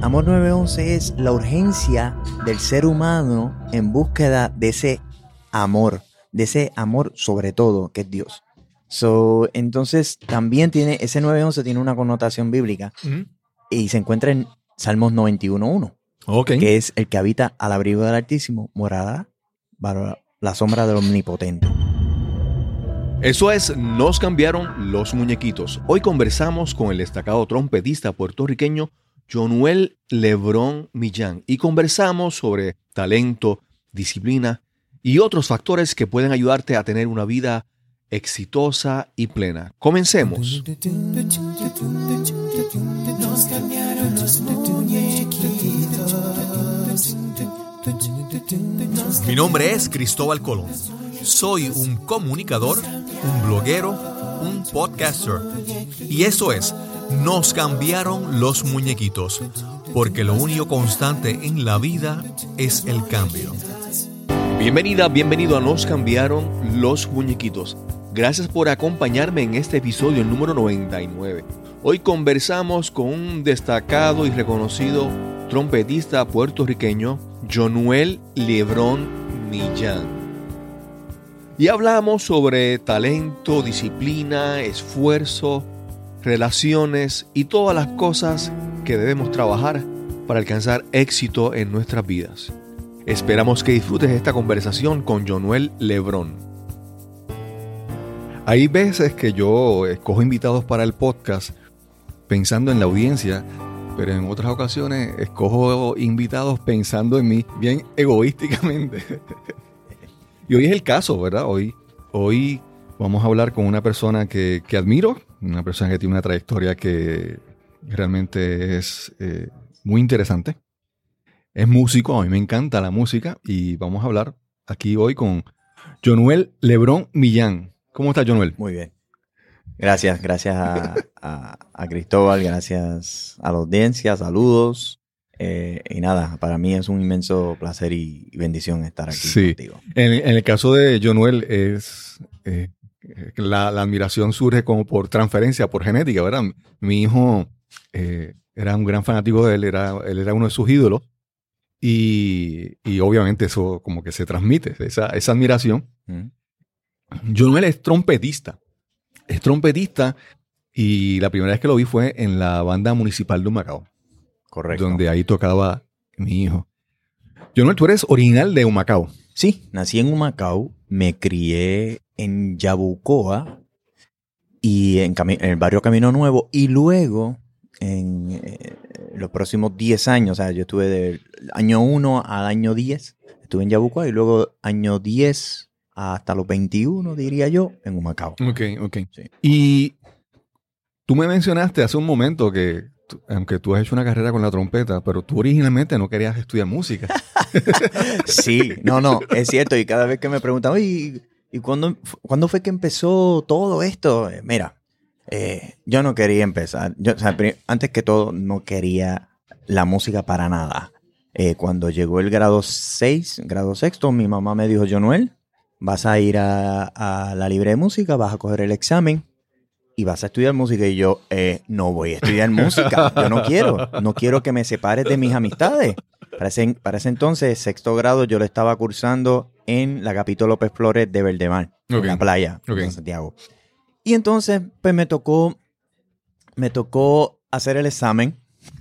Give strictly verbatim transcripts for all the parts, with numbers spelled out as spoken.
Amor nueve once es la urgencia del ser humano en búsqueda de ese amor, de ese amor sobre todo, que es Dios. So, entonces, también tiene, ese nueve once tiene una connotación bíblica uh-huh. y se encuentra en Salmos noventa y uno uno, okay. que es el que habita al abrigo del Altísimo, morada bajo la sombra del Omnipotente. Eso es, nos cambiaron los muñequitos. Hoy conversamos con el destacado trompetista puertorriqueño Jonuel Lebrón Millán y conversamos sobre talento, disciplina y otros factores que pueden ayudarte a tener una vida exitosa y plena. Comencemos. Nos cambiaron los muñequitos. Mi nombre es Cristóbal Colón. Soy un comunicador, un bloguero, un podcaster. Y eso es, nos cambiaron los muñequitos, porque lo único constante en la vida es el cambio. Bienvenida, bienvenido a Nos cambiaron los muñequitos. Gracias por acompañarme en este episodio número noventa y nueve. Hoy conversamos con un destacado y reconocido trompetista puertorriqueño, Jonuel Lebrón Millán. Y hablamos sobre talento, disciplina, esfuerzo, relaciones y todas las cosas que debemos trabajar para alcanzar éxito en nuestras vidas. Esperamos que disfrutes esta conversación con Jonuel Lebrón. Hay veces que yo escojo invitados para el podcast pensando en la audiencia, pero en otras ocasiones escojo invitados pensando en mí, bien egoísticamente. Y hoy es el caso, ¿verdad? Hoy, hoy vamos a hablar con una persona que, que admiro, una persona que tiene una trayectoria que realmente es eh, muy interesante. Es músico, a mí me encanta la música y vamos a hablar aquí hoy con Jonuel Lebrón Millán. ¿Cómo estás, Jonuel? Muy bien. Gracias, gracias a, a, a Cristóbal, gracias a la audiencia, saludos. Eh, y nada, para mí es un inmenso placer y, y bendición estar aquí sí. contigo. En, en el caso de Jonuel, es, eh, la, la admiración surge como por transferencia, por genética, ¿verdad? Mi hijo eh, era un gran fanático de él, era, él era uno de sus ídolos. Y, y obviamente eso como que se transmite, esa, esa admiración. Mm. Jonuel es trompetista. Es trompetista y la primera vez que lo vi fue en la banda municipal de Humacao. Correcto. Donde ahí tocaba mi hijo. Jonuel, tú eres original de Humacao. Sí, nací en Humacao, me crié en Yabucoa y en, Cami- en el barrio Camino Nuevo y luego en eh, los próximos diez años, o sea, yo estuve del año uno al año diez, estuve en Yabucoa y luego año diez hasta los veintiuno, diría yo, en Humacao. Ok, ok. Sí. Y tú me mencionaste hace un momento que aunque tú has hecho una carrera con la trompeta, pero tú originalmente no querías estudiar música. Sí, no, no, es cierto. Y cada vez que me preguntan, ¿y, y cuándo, cuándo fue que empezó todo esto? Mira, eh, yo no quería empezar. Yo, o sea, antes que todo, no quería la música para nada. Eh, cuando llegó el grado seis, grado sexto, mi mamá me dijo, Jonuel, vas a ir a, a la libre de música, vas a coger el examen y vas a estudiar música. Y yo, eh, no voy a estudiar música. Yo no quiero. No quiero que me separes de mis amistades. Para ese, para ese entonces, sexto grado, yo lo estaba cursando en la Capitol López Flores de Verdemar, okay. en la playa, okay. en Santiago. Y entonces, pues me tocó, me tocó hacer el examen.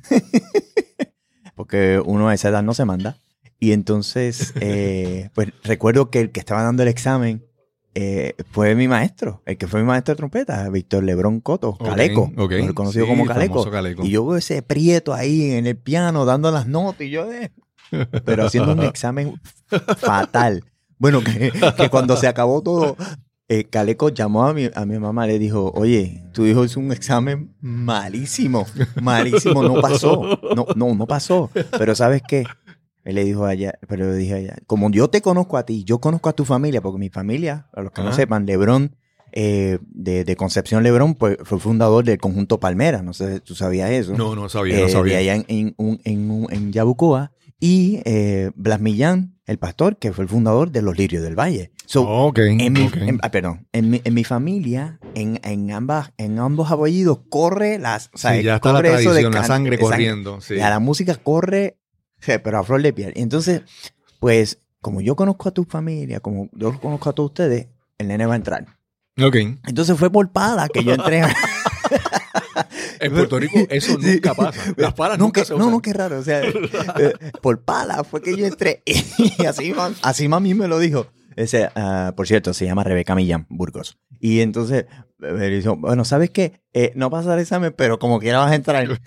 Porque uno a esa edad no se manda. Y entonces, eh, pues recuerdo que el que estaba dando el examen Eh, fue mi maestro, el que fue mi maestro de trompeta, Víctor Lebrón Coto, okay, Caleco, okay. conocido sí, como Caleco. Caleco. Y yo veo ese prieto ahí en el piano dando las notas y yo, eh, pero haciendo un examen fatal. Bueno, que, que cuando se acabó todo, eh, Caleco llamó a mi, a mi mamá y le dijo, oye, tu hijo hizo un examen malísimo, malísimo, no pasó, no, no, no pasó. Pero ¿sabes qué? Él le dijo a ella, pero le dije a ella, como yo te conozco a ti, yo conozco a tu familia, porque mi familia, a los que Ajá. no sepan, Lebrón, eh, de, de Concepción Lebrón, pues fue fundador del conjunto Palmera, no sé si tú sabías eso. No, no sabía, eh, no sabía. De allá en, en, en, en, en Yabucoa, y eh, Blas Millán, el pastor, que fue el fundador de los Lirios del Valle. So, okay, en mi, okay. en, ah, perdón, en mi, en mi familia en, en, ambas, en ambos apellidos corre las... O sea, sí, ya está la tradición, la sangre corriendo. Sangre. Sí. Ya la música corre, pero a flor de piel. Y entonces, pues, como yo conozco a tu familia, como yo conozco a todos ustedes, el nene va a entrar. Ok. Entonces fue por pala que yo entré. En Puerto Rico eso nunca pasa. Las palas no, nunca que, se usan. No, no, qué raro. O sea, eh, por pala fue que yo entré. Y así, así mami me lo dijo. Ese, uh, por cierto, se llama Rebeca Millán Burgos. Y entonces me dijo, bueno, ¿sabes qué? Eh, no pasar el examen, pero como quiera vas a entrar.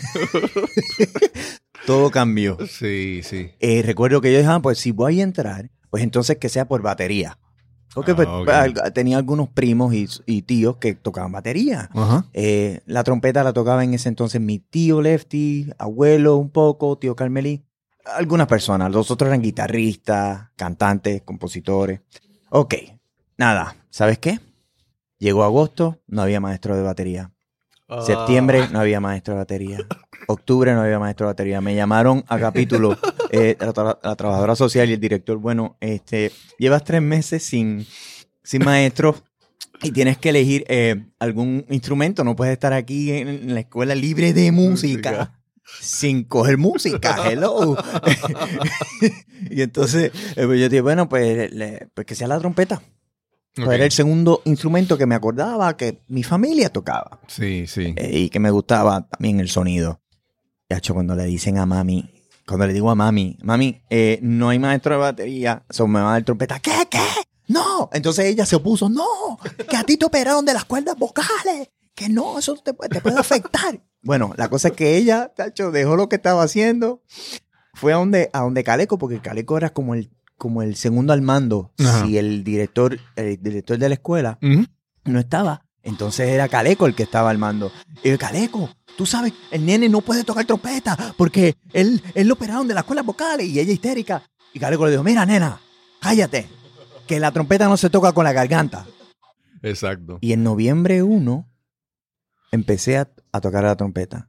Todo cambió. Sí, sí. Eh, recuerdo que yo dije, ah, pues si voy a entrar, pues entonces que sea por batería. Porque ah, pues, okay. tenía algunos primos y, y tíos que tocaban batería. Uh-huh. Eh, la trompeta la tocaba en ese entonces mi tío Lefty, abuelo un poco, tío Carmelí. Algunas personas, los otros eran guitarristas, cantantes, compositores. Ok, nada, ¿sabes qué? Llegó agosto, no había maestro de batería. Uh. Septiembre, no había maestro de batería. Octubre, no había maestro de batería. Me llamaron a capítulo, eh, la, tra- la trabajadora social y el director. Bueno, este, llevas tres meses sin, sin maestro y tienes que elegir eh, algún instrumento. No puedes estar aquí en, en la escuela libre de música. música. Sin coger música, hello. Y entonces eh, pues yo dije, bueno, pues, le, pues que sea la trompeta. Okay. Pues era el segundo instrumento que me acordaba que mi familia tocaba. Sí, sí. Eh, y que me gustaba también el sonido. De hecho, cuando le dicen a mami, cuando le digo a mami, mami, eh, no hay maestro de batería, so me va a dar trompeta. ¿Qué? ¿Qué? No. Entonces ella se opuso, no, que a ti te operaron de las cuerdas vocales. Que no, eso te, te puede afectar. Bueno, la cosa es que ella, tacho, dejó lo que estaba haciendo. Fue a donde, a donde Caleco, porque Caleco era como el, como el segundo al mando. Ajá. Si el director, el director de la escuela uh-huh. no estaba, entonces era Caleco el que estaba al mando. Y yo, Caleco, tú sabes, el nene no puede tocar trompeta porque él, él lo operaron de las cuerdas vocales. Y ella histérica. Y Caleco le dijo, mira, nena, cállate, que la trompeta no se toca con la garganta. Exacto. Y en noviembre primero empecé a, a tocar la trompeta.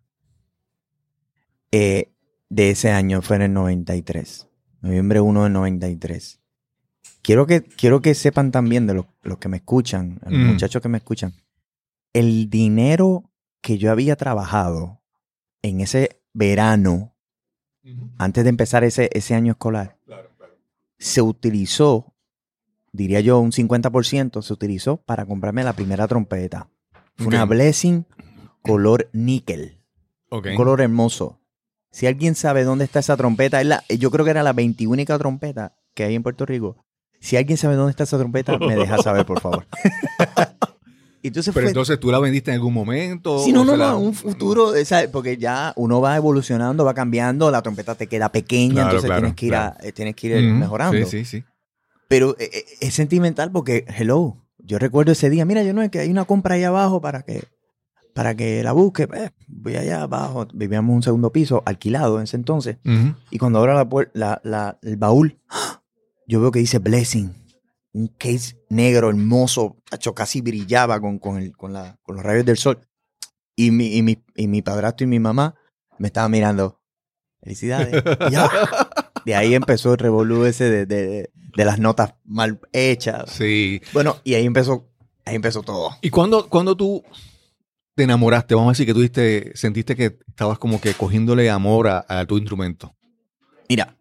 Eh, de ese año fue en el noventa y tres. noviembre primero del noventa y tres. Quiero que, quiero que sepan también de los, los que me escuchan, los mm. muchachos que me escuchan, el dinero que yo había trabajado en ese verano, uh-huh. antes de empezar ese, ese año escolar, claro, claro. se utilizó, diría yo un cincuenta por ciento, se utilizó para comprarme la primera trompeta. Fue okay. una Blessing color níquel. Okay. Un color hermoso. Si alguien sabe dónde está esa trompeta, es la, yo creo que era la veintiúnica trompeta que hay en Puerto Rico. Si alguien sabe dónde está esa trompeta, me deja saber, por favor. Entonces Pero fue, entonces, ¿tú la vendiste en algún momento? Sí, no, no, la... no, un futuro, ¿sabes? Porque ya uno va evolucionando, va cambiando, la trompeta te queda pequeña, claro, entonces claro, tienes que ir, claro. a, tienes que ir mm-hmm. mejorando. Sí, sí, sí. Pero eh, es sentimental porque, hello, yo recuerdo ese día, mira, yo no es que hay una compra ahí abajo para que, para que la busque. Eh, voy allá abajo, vivíamos en un segundo piso, alquilado en ese entonces, mm-hmm. y cuando abro la, la, la, el baúl, yo veo que dice Blessing. Un case negro, hermoso, hecho, casi brillaba con, con, el, con, la, con los rayos del sol. Y mi, y, mi, y mi padrastro y mi mamá me estaban mirando. Felicidades. Ya. De ahí empezó el revolú ese de, de, de las notas mal hechas. Sí. Bueno, y ahí empezó, ahí empezó todo. ¿Y cuándo, cuándo tú te enamoraste? Vamos a decir que tú diste, sentiste que estabas como que cogiéndole amor a, a tu instrumento. Mira.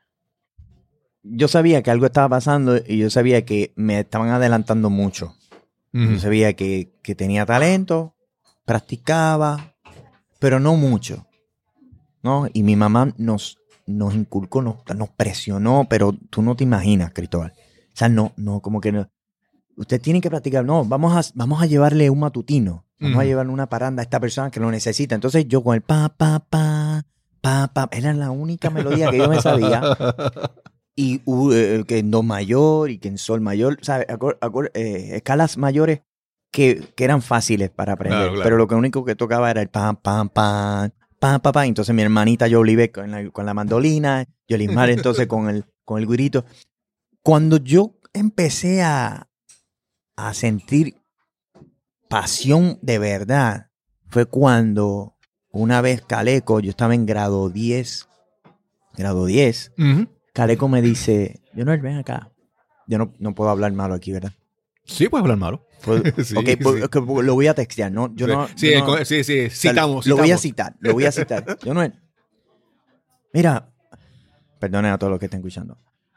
Yo sabía que algo estaba pasando y yo sabía que me estaban adelantando mucho. Uh-huh. Yo sabía que, que tenía talento, practicaba, pero no mucho, ¿no? Y mi mamá nos, nos inculcó, nos, nos presionó, pero tú no te imaginas, Cristóbal. O sea, no, no, como que no. Usted tiene que practicar. No, vamos a, vamos a llevarle un matutino. Vamos uh-huh. a llevarle una parranda a esta persona que lo necesita. Entonces yo con el pa, pa, pa, pa, pa, era la única melodía que yo me sabía. Y uh, eh, que en do mayor y que en sol mayor, ¿sabes? Acor, acor, eh, escalas mayores que, que eran fáciles para aprender. Claro, claro. Pero lo que único que tocaba era el pam, pam, pam, pam, pam, pam. Entonces mi hermanita Yolive con la, con la mandolina, Yolismar entonces con el, con el güirito. Cuando yo empecé a, a sentir pasión de verdad, fue cuando una vez Caleco, yo estaba en grado diez, grado diez, uh-huh. Caleco me dice, Leonel, ven acá. Yo no, no puedo hablar malo aquí, ¿verdad? Sí, puedes hablar malo. Pues, sí, ok, sí. Pues, lo voy a textear, ¿no? Yo sí, no, sí, yo no, sí, sí, citamos, o sea, lo citamos. voy a citar, lo voy a citar. Yo no, mira, perdonen a todos los que estén escuchando.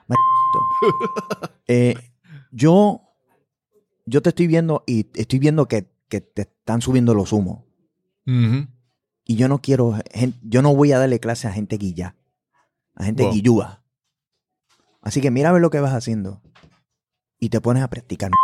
Eh, yo, yo te estoy viendo y estoy viendo que, que te están subiendo los humos. Uh-huh. Y yo no quiero, yo no voy a darle clase a gente guilla, a gente wow. guillúa. Así que mira a ver lo que vas haciendo y te pones a practicar.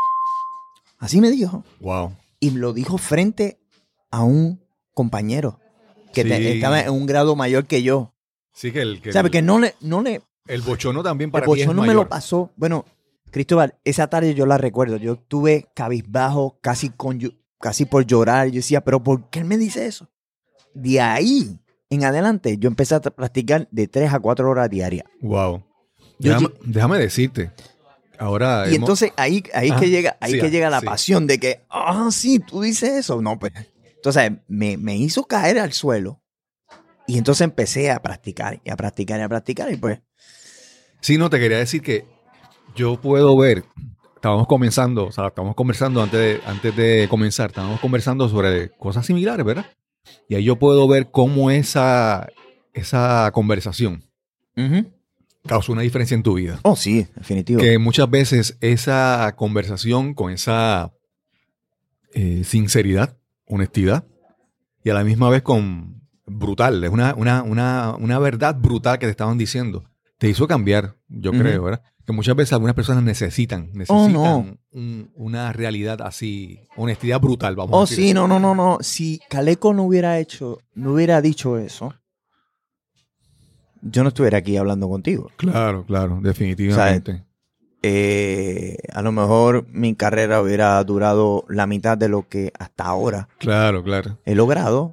Así me dijo. Wow. Y lo dijo frente a un compañero que sí. te, estaba en un grado mayor que yo. Sí, que el... Que ¿Sabe? Que no le, no le... El bochorno también para el ti es bochorno mayor. me lo pasó. Bueno, Cristóbal, esa tarde yo la recuerdo. Yo estuve cabizbajo, casi, con, casi por llorar. Yo decía, ¿pero por qué él me dice eso? De ahí en adelante, yo empecé a practicar de tres a cuatro horas diarias. Wow. Déjame, yo, déjame decirte. Ahora y hemos... entonces ahí, ahí ah, que llega, ahí sí, que llega la sí. pasión de que, ah, sí, tú dices eso. No, pues. Entonces me, me hizo caer al suelo y entonces empecé a practicar y a practicar y a practicar y pues. Sí, no, te quería decir que yo puedo ver, estábamos comenzando, o sea, estábamos conversando antes de, antes de comenzar, estábamos conversando sobre cosas similares, ¿verdad? Y ahí yo puedo ver cómo esa, esa conversación uh-huh. causó una diferencia en tu vida. Oh, sí, definitivo. Que muchas veces esa conversación con esa eh, sinceridad, honestidad, y a la misma vez con brutal, es una, una, una, una verdad brutal que te estaban diciendo, te hizo cambiar, yo uh-huh. creo, ¿verdad? Que muchas veces algunas personas necesitan, necesitan oh, no. un, una realidad así, honestidad brutal, vamos oh, a decir. Oh, sí, no, no, no, no. Si Caleco no hubiera hecho, no hubiera dicho eso, yo no estuviera aquí hablando contigo. Claro, claro, definitivamente. O sea, eh, a lo mejor mi carrera hubiera durado la mitad de lo que hasta ahora claro, claro. he logrado.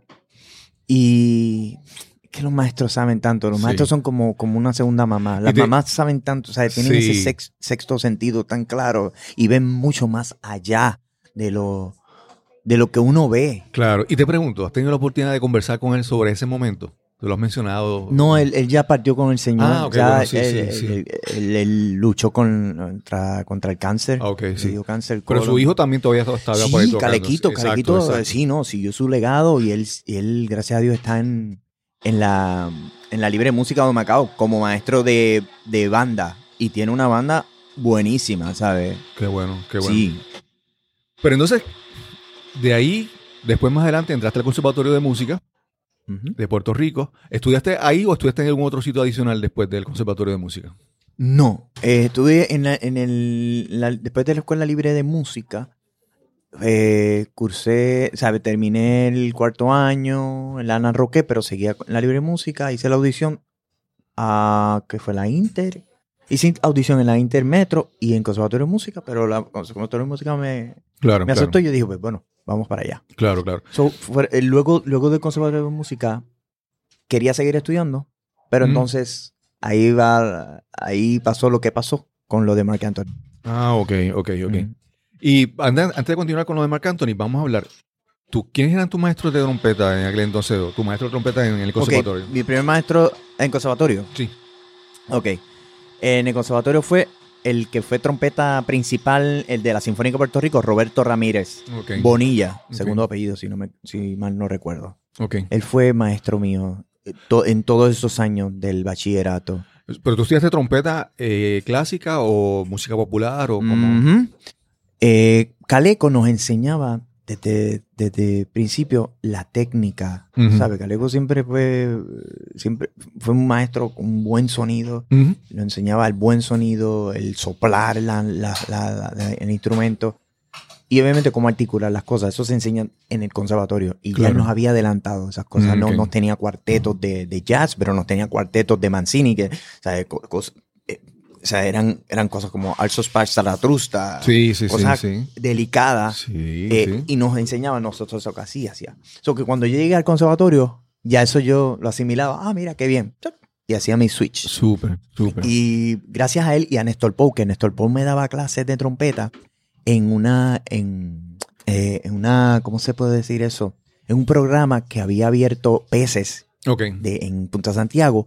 Y que los maestros saben tanto. Los sí. maestros son como, como una segunda mamá. Las te... mamás saben tanto, o sea, tienen sí. ese sex, sexto sentido tan claro y ven mucho más allá de lo, de lo que uno ve. Claro. Y te pregunto, ¿has tenido la oportunidad de conversar con él sobre ese momento? ¿Te lo has mencionado? No, él, él ya partió con el Señor. Ah, ok. Ya Bueno, sí, él, sí, sí. Él, él, él luchó con, contra, contra el cáncer. Ah, ok, sí. Dio cáncer. Pero colon. su hijo también todavía estaba sí, por ahí tocando. Calequito, exacto, Calequito, exacto. sí, no, siguió su legado y él, y él gracias a Dios, está en, en, la, en la Libre Música de Macao como maestro de, de banda. Y tiene una banda buenísima, ¿sabes? Qué bueno, qué bueno. Sí. Pero entonces, de ahí, después más adelante, entraste al Conservatorio de Música uh-huh. de Puerto Rico. ¿Estudiaste ahí o estudiaste en algún otro sitio adicional después del Conservatorio de Música? No, eh, estudié en, la, en el, la, después de la Escuela Libre de Música, eh, cursé, ¿sabes? Terminé el cuarto año en la Ana Roque, pero seguía en la Libre de Música, hice la audición a, que fue la Inter, hice audición en la Intermetro y en Conservatorio de Música, pero la Conservatorio de Música me, claro, me aceptó claro. y yo dije, pues bueno, vamos para allá. Claro, claro. So, fue, eh, luego, luego del Conservatorio de Música quería seguir estudiando, pero mm. entonces ahí va, ahí pasó lo que pasó con lo de Marc Anthony. Ah, ok, ok, ok. Mm. Y antes, antes de continuar con lo de Marc Anthony, vamos a hablar. ¿Tú, ¿Quiénes eran tus maestros de trompeta en aquel entonces? ¿Tu maestro de trompeta en el conservatorio? Okay. Mi primer maestro en conservatorio. Sí. Ok. En el conservatorio fue el que fue trompeta principal, el de la Sinfónica de Puerto Rico, Roberto Ramírez. Okay. Bonilla, okay. segundo apellido, si, no me, si mal no recuerdo. Okay. Él fue maestro mío to, en todos esos años del bachillerato. ¿Pero tú estudiaste trompeta eh, clásica o música popular o cómo? Uh-huh. eh, Caleco nos enseñaba desde, desde el principio la técnica, uh-huh. ¿sabes? Caleco siempre fue, siempre fue un maestro con un buen sonido, uh-huh. nos enseñaba el buen sonido, el soplar la, la, la, la, el instrumento y obviamente cómo articular las cosas. Eso se enseña en el conservatorio y claro. ya nos había adelantado esas cosas. Uh-huh. No nos tenía cuartetos de, de jazz, pero nos tenía cuartetos de Mancini, que, ¿sabes? Cos, eh, o sea, eran, eran cosas como Alzo Sparks Zaratrusta, sí, sí, cosas sí, sí. delicadas, sí, eh, sí. y nos enseñaban nosotros eso que hacía. hacía. So que cuando yo llegué al conservatorio, ya eso yo lo asimilaba. Ah, mira, qué bien. Y hacía mi switch. Súper, súper. Y gracias a él y a Néstor Pou, que Néstor Pou me daba clases de trompeta en una, en, eh, en una, ¿cómo se puede decir eso? En un programa que había abierto Peces okay. de, en Punta Santiago, uh-huh.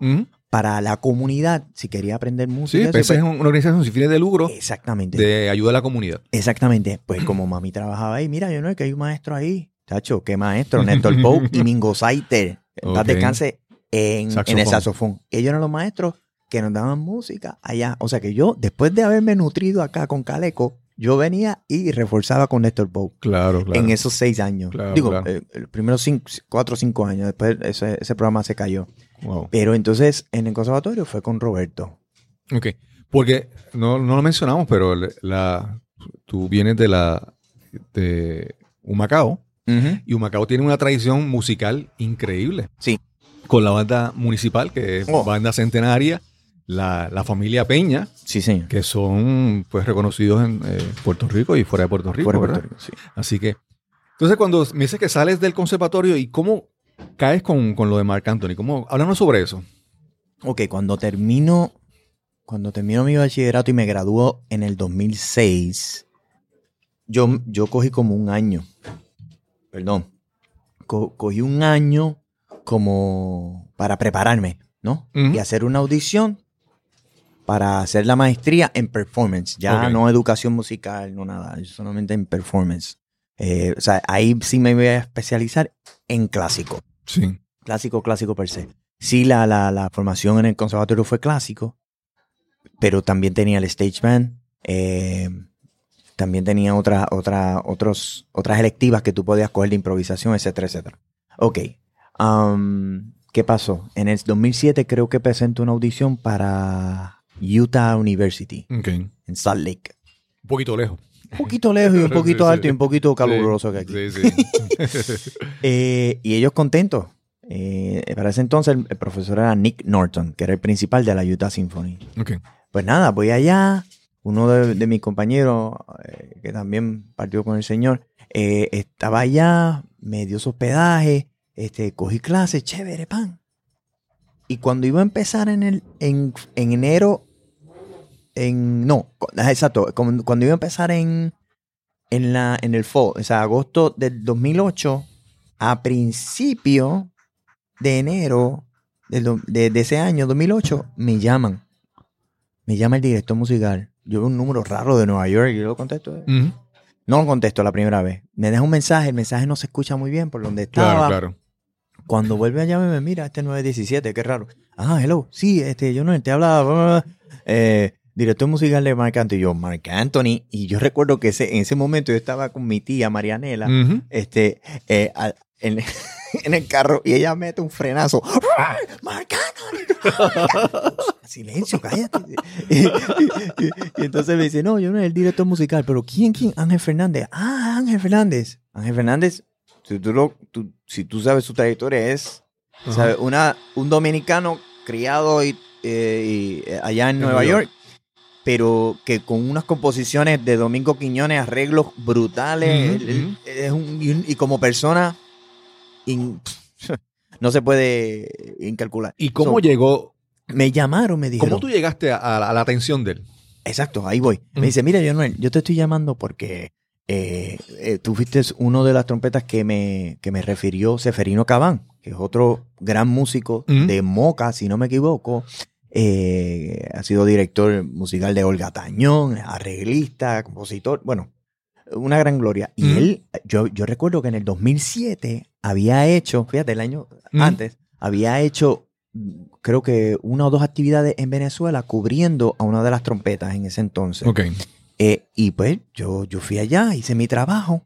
para la comunidad, si quería aprender música. Sí, P S es una organización sin fines de lucro. Exactamente. De ayuda a la comunidad. Exactamente. Pues como mami trabajaba ahí, mira, yo no es que hay un maestro ahí. Chacho, qué maestro. Néstor Pou y Mingo Saiter. Okay. Paz descanse en, en el saxofón. Ellos eran los maestros que nos daban música allá. O sea que yo, después de haberme nutrido acá con Caleco, yo venía y reforzaba con Néstor Pou. Claro, claro. En esos seis años. Claro, Digo, claro. Eh, los primeros cinco, cuatro o cinco años. Después ese, ese programa se cayó. Wow. Pero entonces en el conservatorio fue con Roberto. Ok. Porque no, no lo mencionamos, pero la, tú vienes de la de Humacao. Uh-huh. Y Humacao tiene una tradición musical increíble. Sí. Con la banda municipal, que es oh. banda centenaria. La, la familia Peña, sí, señor, que son pues reconocidos en eh, Puerto Rico y fuera de Puerto Rico, fuera de ¿verdad? Puerto Rico, sí. Así que, entonces cuando me dices que sales del conservatorio y cómo caes con, con lo de Marc Anthony, ¿cómo? Háblanos sobre eso. Ok, cuando termino, cuando termino mi bachillerato y me graduó en el dos mil seis, yo, yo cogí como un año, perdón, co- cogí un año como para prepararme, ¿no? Uh-huh. Y hacer una audición para hacer la maestría en performance. Ya okay. no educación musical, no nada. Solamente en performance. Eh, o sea, ahí sí me voy a especializar en clásico. Sí. Clásico, clásico per se. Sí, la, la, la formación en el conservatorio fue clásico, pero también tenía el stage band. Eh, también tenía otra, otra, otros, otras electivas que tú podías coger de improvisación, etcétera, etcétera. Ok. Um, ¿Qué pasó? En el dos mil siete creo que presenté una audición para Utah University, okay. en Salt Lake. Un poquito lejos. Un poquito lejos y un poquito sí, alto sí. y un poquito caluroso sí, que aquí. Sí, sí. eh, y ellos contentos. Eh, para ese entonces el, el profesor era Nick Norton, que era el principal de la Utah Symphony. Okay. Pues nada, voy allá. Uno de, de mis compañeros, eh, que también partió con el señor, eh, estaba allá, me dio su hospedaje, este, cogí clases, chévere, pan. Y cuando iba a empezar en el en, en enero, en no, exacto, cuando, cuando iba a empezar en en la en el fall, o sea, agosto del dos mil ocho, a principio de enero del, de, de ese año, dos mil ocho, me llaman. Me llama el director musical. Yo veo un número raro de Nueva York y yo lo contesto. Uh-huh. No lo contesto la primera vez. Me deja un mensaje, el mensaje no se escucha muy bien por donde estaba. Claro, claro. Cuando vuelve a llamarme, mira, este nueve diecisiete, qué raro. Ah, hello, sí, este, yo no, te hablaba, eh, director musical de Marc Anthony. Y yo, Marc Anthony. Y yo recuerdo que ese, en ese momento yo estaba con mi tía Marianela, uh-huh. este, eh, a, en, en el carro, y ella mete un frenazo. ¡Marc Anthony! Silencio, cállate. Y, y, y, y entonces me dice, no, yo no soy el director musical, pero ¿quién, quién? Ángel Fernández. Ah, Ángel Fernández. Ángel Fernández, si tú, lo, tú, si tú sabes su trayectoria, es uh-huh. ¿sabes? Una, un dominicano criado y, eh, y allá en, en Nueva York, York, pero que con unas composiciones de Domingo Quiñones, arreglos brutales, uh-huh, él, uh-huh. es un, y, y como persona in, no se puede incalcular. ¿Y cómo so, llegó? llegó? Me llamaron, me dijeron. ¿Cómo tú llegaste a, a, a la atención de él? Exacto, ahí voy. Uh-huh. Me dice, mira, Jonuel, yo te estoy llamando porque eh, eh, tú fuiste uno de las trompetas que me, que me refirió Seferino Cabán, que es otro gran músico uh-huh. de Moca, si no me equivoco. Eh, ha sido director musical de Olga Tañón, arreglista, compositor, bueno, una gran gloria. Y uh-huh. él, yo, yo recuerdo que en el dos mil siete había hecho, fíjate, el año uh-huh. antes, había hecho creo que una o dos actividades en Venezuela cubriendo a una de las trompetas en ese entonces. Okay. Eh, y pues yo, yo fui allá, hice mi trabajo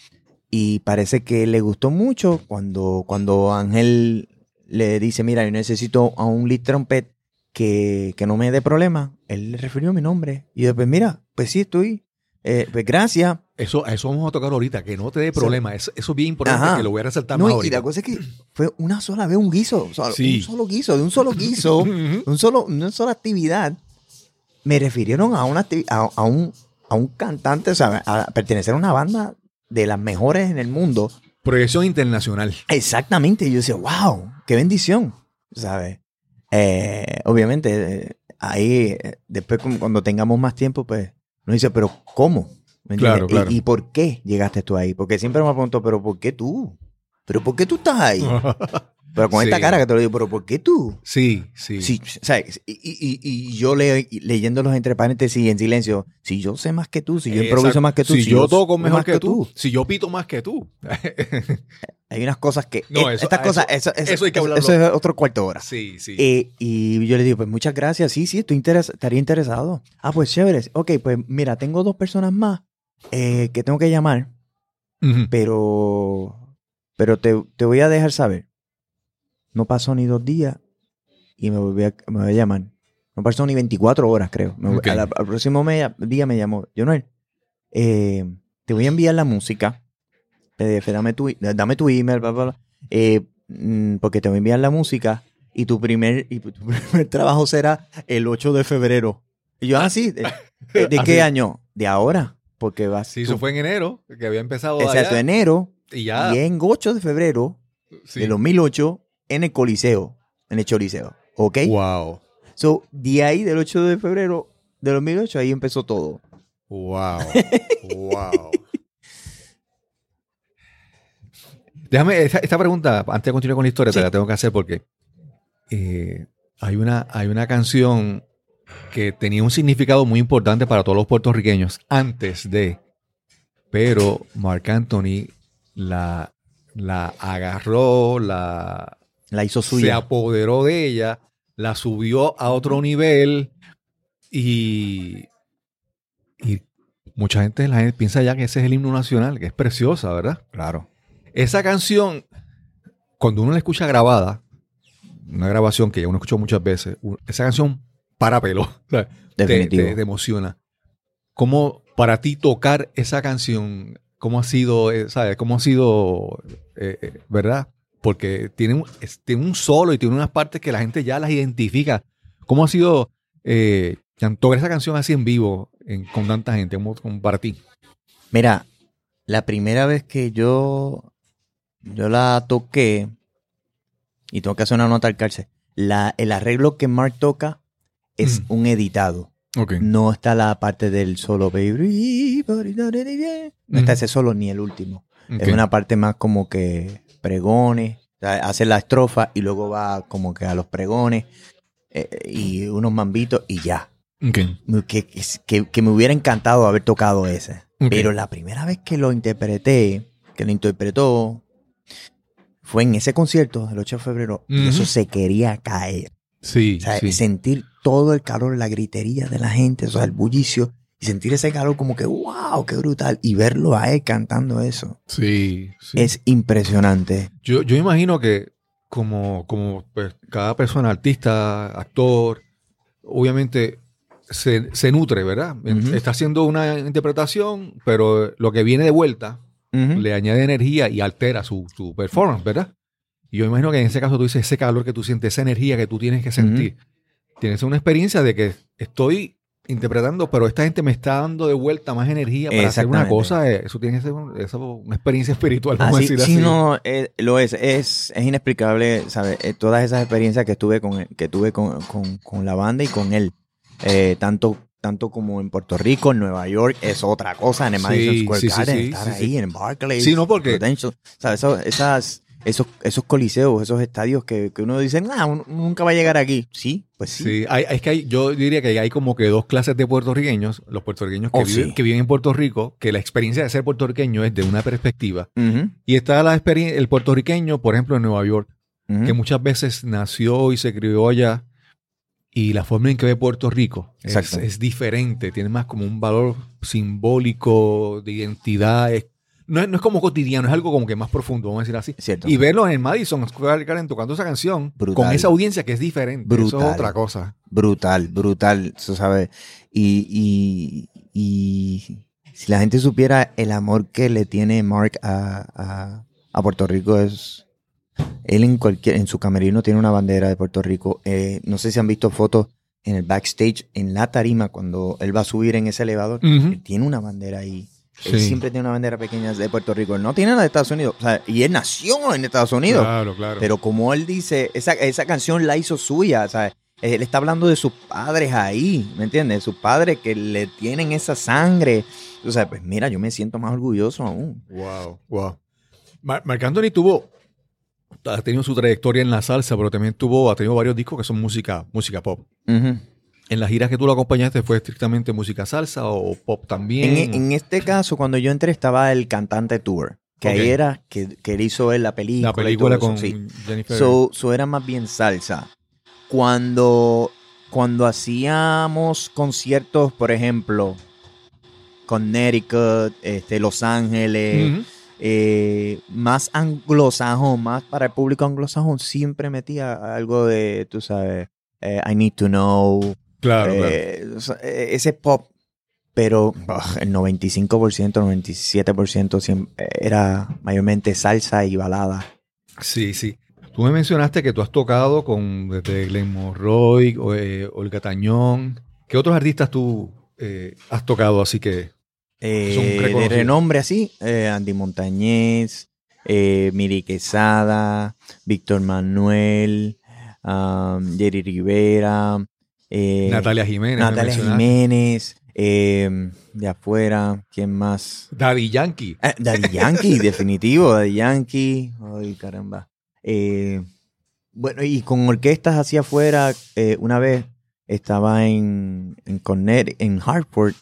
y parece que le gustó mucho cuando, cuando Ángel le dice, mira, yo necesito a un lead trumpet que, que no me dé problema. Él le refirió mi nombre. Y yo, pues mira, pues sí, estoy, eh, pues gracias. Eso, eso vamos a tocar ahorita, que no te dé problema. Sí. Eso, eso es bien importante. Ajá. Que lo voy a resaltar no, más y ahorita. Y la cosa es que fue una sola vez un guiso. O sea, sí. Un solo guiso, de un solo guiso, un solo, una sola actividad. Me refirieron a, una, a, a, un, a un cantante, o sea, a pertenecer a una banda de las mejores en el mundo. Proyección internacional. Exactamente. Y yo decía, wow, qué bendición, ¿sabes? Eh, obviamente, eh, ahí, eh, después cuando tengamos más tiempo, pues, nos dice, pero ¿cómo? Claro, claro. ¿Y, ¿Y por qué llegaste tú ahí? Porque siempre me pregunto, ¿pero por qué tú? ¿Pero por qué tú estás ahí? Pero con sí. esta cara que te lo digo, ¿pero por qué tú? Sí, sí. sí o sea, y, y, y yo le, leyéndolos entre paréntesis en silencio, si yo sé más que tú, si yo Exacto. improviso más que tú, si, si yo, yo toco mejor que, que tú, tú, si yo pito más que tú. Hay unas cosas que... No, eso, estas cosas, eso, eso, eso, eso hay que hablarlo. Eso es otro cuarto de hora. Sí, sí. Eh, y yo le digo, pues muchas gracias. Sí, sí, estoy interes estaría interesado. Ah, pues chévere. Ok, pues mira, tengo dos personas más eh, que tengo que llamar, uh-huh. pero, pero te, te voy a dejar saber. No pasó ni dos días y me volví a, me voy a llamar. No pasó ni veinticuatro horas, creo. Me, okay. a la, al próximo me, día me llamó. Jonuel, eh, te voy a enviar la música. P D F, dame tu, dame tu email, bla, bla, bla, eh, porque te voy a enviar la música y tu primer, y tu primer trabajo será el ocho de febrero. Y yo, ah, sí, ¿de, de, de qué año? De ahora, porque vas. Sí, tú, eso fue en enero, que había empezado. Exacto, enero. Y ya. Y en ocho de febrero sí. de dos mil ocho, en el Coliseo, en el Choliseo. ¿Ok? Wow. So, de ahí, del ocho de febrero de dos mil ocho, ahí empezó todo. Wow. Wow. Déjame, esta, esta pregunta, antes de continuar con la historia, sí. te la tengo que hacer porque eh, hay, una, hay una canción que tenía un significado muy importante para todos los puertorriqueños antes de, pero Marc Anthony la, la agarró, la, la hizo suya. Se apoderó de ella, la subió a otro nivel y, y mucha gente, la gente piensa ya que ese es el himno nacional, que es preciosa, ¿verdad? Claro. Esa canción, cuando uno la escucha grabada, una grabación que ya uno escuchó muchas veces, esa canción para pelo, o sea, Definitivo. Te, te, te emociona. ¿Cómo para ti tocar esa canción, cómo ha sido, eh, sabes, cómo ha sido, eh, eh, verdad? Porque tiene un, es, tiene un solo y tiene unas partes que la gente ya las identifica. ¿Cómo ha sido eh, tocar esa canción así en vivo en, con tanta gente, como, como para ti? Mira, la primera vez que yo... Yo la toqué y tengo que hacer una nota al cárcel. La, el arreglo que Marc toca es mm. un editado. Okay. No está la parte del solo, baby. No está ese solo ni el último. Okay. Es una parte más como que pregones. O sea, hace la estrofa y luego va como que a los pregones eh, y unos mambitos y ya. Okay. Que, que, que me hubiera encantado haber tocado ese. Okay. Pero la primera vez que lo interpreté, que lo interpretó... Fue en ese concierto, el ocho de febrero, uh-huh. y eso se quería caer. Sí, o sea, sí. sentir todo el calor, la gritería de la gente, o sea, el bullicio, y sentir ese calor como que, wow, qué brutal. Y verlo a él cantando eso. Sí, sí. Es impresionante. Yo, yo imagino que como, como pues, cada persona, artista, actor, obviamente se, se nutre, ¿verdad? Uh-huh. Está haciendo una interpretación, pero lo que viene de vuelta... Uh-huh. le añade energía y altera su, su performance, ¿verdad? Y yo imagino que en ese caso tú dices ese calor que tú sientes, esa energía que tú tienes que sentir. Uh-huh. Tienes una experiencia de que estoy interpretando, pero esta gente me está dando de vuelta más energía para hacer una cosa. Eso tiene que ser un, eso, una experiencia espiritual, vamos así, a decir sí, así. No, eh, lo es. Es, es inexplicable, ¿sabes? Eh, todas esas experiencias que estuve con, que tuve con, con, con la banda y con él. Eh, tanto tanto como en Puerto Rico, en Nueva York, es otra cosa, en el Madison sí, Square sí, Garden, sí, sí, estar sí, ahí sí. en Barclays. Sí, no, porque... ¿Sabes? Eso, esas, esos, esos coliseos, esos estadios que, que uno dice, nah, uno nunca va a llegar aquí. Sí, pues sí. Sí, hay, es que hay, yo diría que hay como que dos clases de puertorriqueños, los puertorriqueños que, oh, viven, sí. que viven en Puerto Rico, que la experiencia de ser puertorriqueño es de una perspectiva. Uh-huh. Y está la experiencia, el puertorriqueño, por ejemplo, en Nueva York, uh-huh. que muchas veces nació y se crió allá. Y la forma en que ve Puerto Rico es, es diferente, tiene más como un valor simbólico, de identidad. Es, no, es, no es como cotidiano, es algo como que más profundo, vamos a decir así. Cierto. Y verlos en el Madison Square Garden tocando esa canción brutal. Con esa audiencia que es diferente, brutal. Eso es otra cosa. Brutal, brutal, tú sabes. Y, y, y si la gente supiera el amor que le tiene Marc a, a, a Puerto Rico es... Él en cualquier en su camerino tiene una bandera de Puerto Rico. Eh, no sé si han visto fotos en el backstage, en la tarima, cuando él va a subir en ese elevador. Uh-huh. Él tiene una bandera ahí. Sí. Él siempre tiene una bandera pequeña de Puerto Rico. Él no tiene la de Estados Unidos. O sea, y él nació en Estados Unidos. Claro, claro. Pero como él dice, esa, esa canción la hizo suya. ¿Sabes? Él está hablando de sus padres ahí. ¿Me entiendes? Sus padres que le tienen esa sangre. O sea, pues mira, yo me siento más orgulloso aún. Wow, wow. Mar- Marc Anthony tuvo... ha tenido su trayectoria en la salsa, pero también tuvo, ha tenido varios discos que son música, música pop. Uh-huh. ¿En las giras que tú lo acompañaste fue estrictamente música salsa o pop también? En, en este caso, cuando yo entré, estaba el Cantante Tour. Que okay. ahí era que, que él hizo él la película. La película con sí. Jennifer. So, so era más bien salsa. Cuando, cuando hacíamos conciertos, por ejemplo, Connecticut, este, Los Ángeles, uh-huh. eh, más anglosajón, más para el público anglosajón, siempre metía algo de, tú sabes, eh, I Need to Know. Claro, eh, claro. Ese pop. Pero oh, el noventa y cinco por ciento, noventa y siete por ciento era mayormente salsa y balada. Sí, sí. Tú me mencionaste que tú has tocado con desde Glenn Monroy, eh, Olga Tañón. ¿Qué otros artistas tú eh, has tocado así que eh, son reconocidos? De renombre así, eh, Andy Montañez, eh, Miri Quesada, Víctor Manuel, um, Jerry Rivera, eh, Natalia Jiménez. Natalia Jiménez. Eh, de afuera, ¿quién más? Daddy Yankee. Eh, Daddy Yankee, definitivo, Daddy Yankee. Ay, caramba. Eh, bueno, y con orquestas hacia afuera, eh, una vez estaba en, en Connecticut, en Hartford,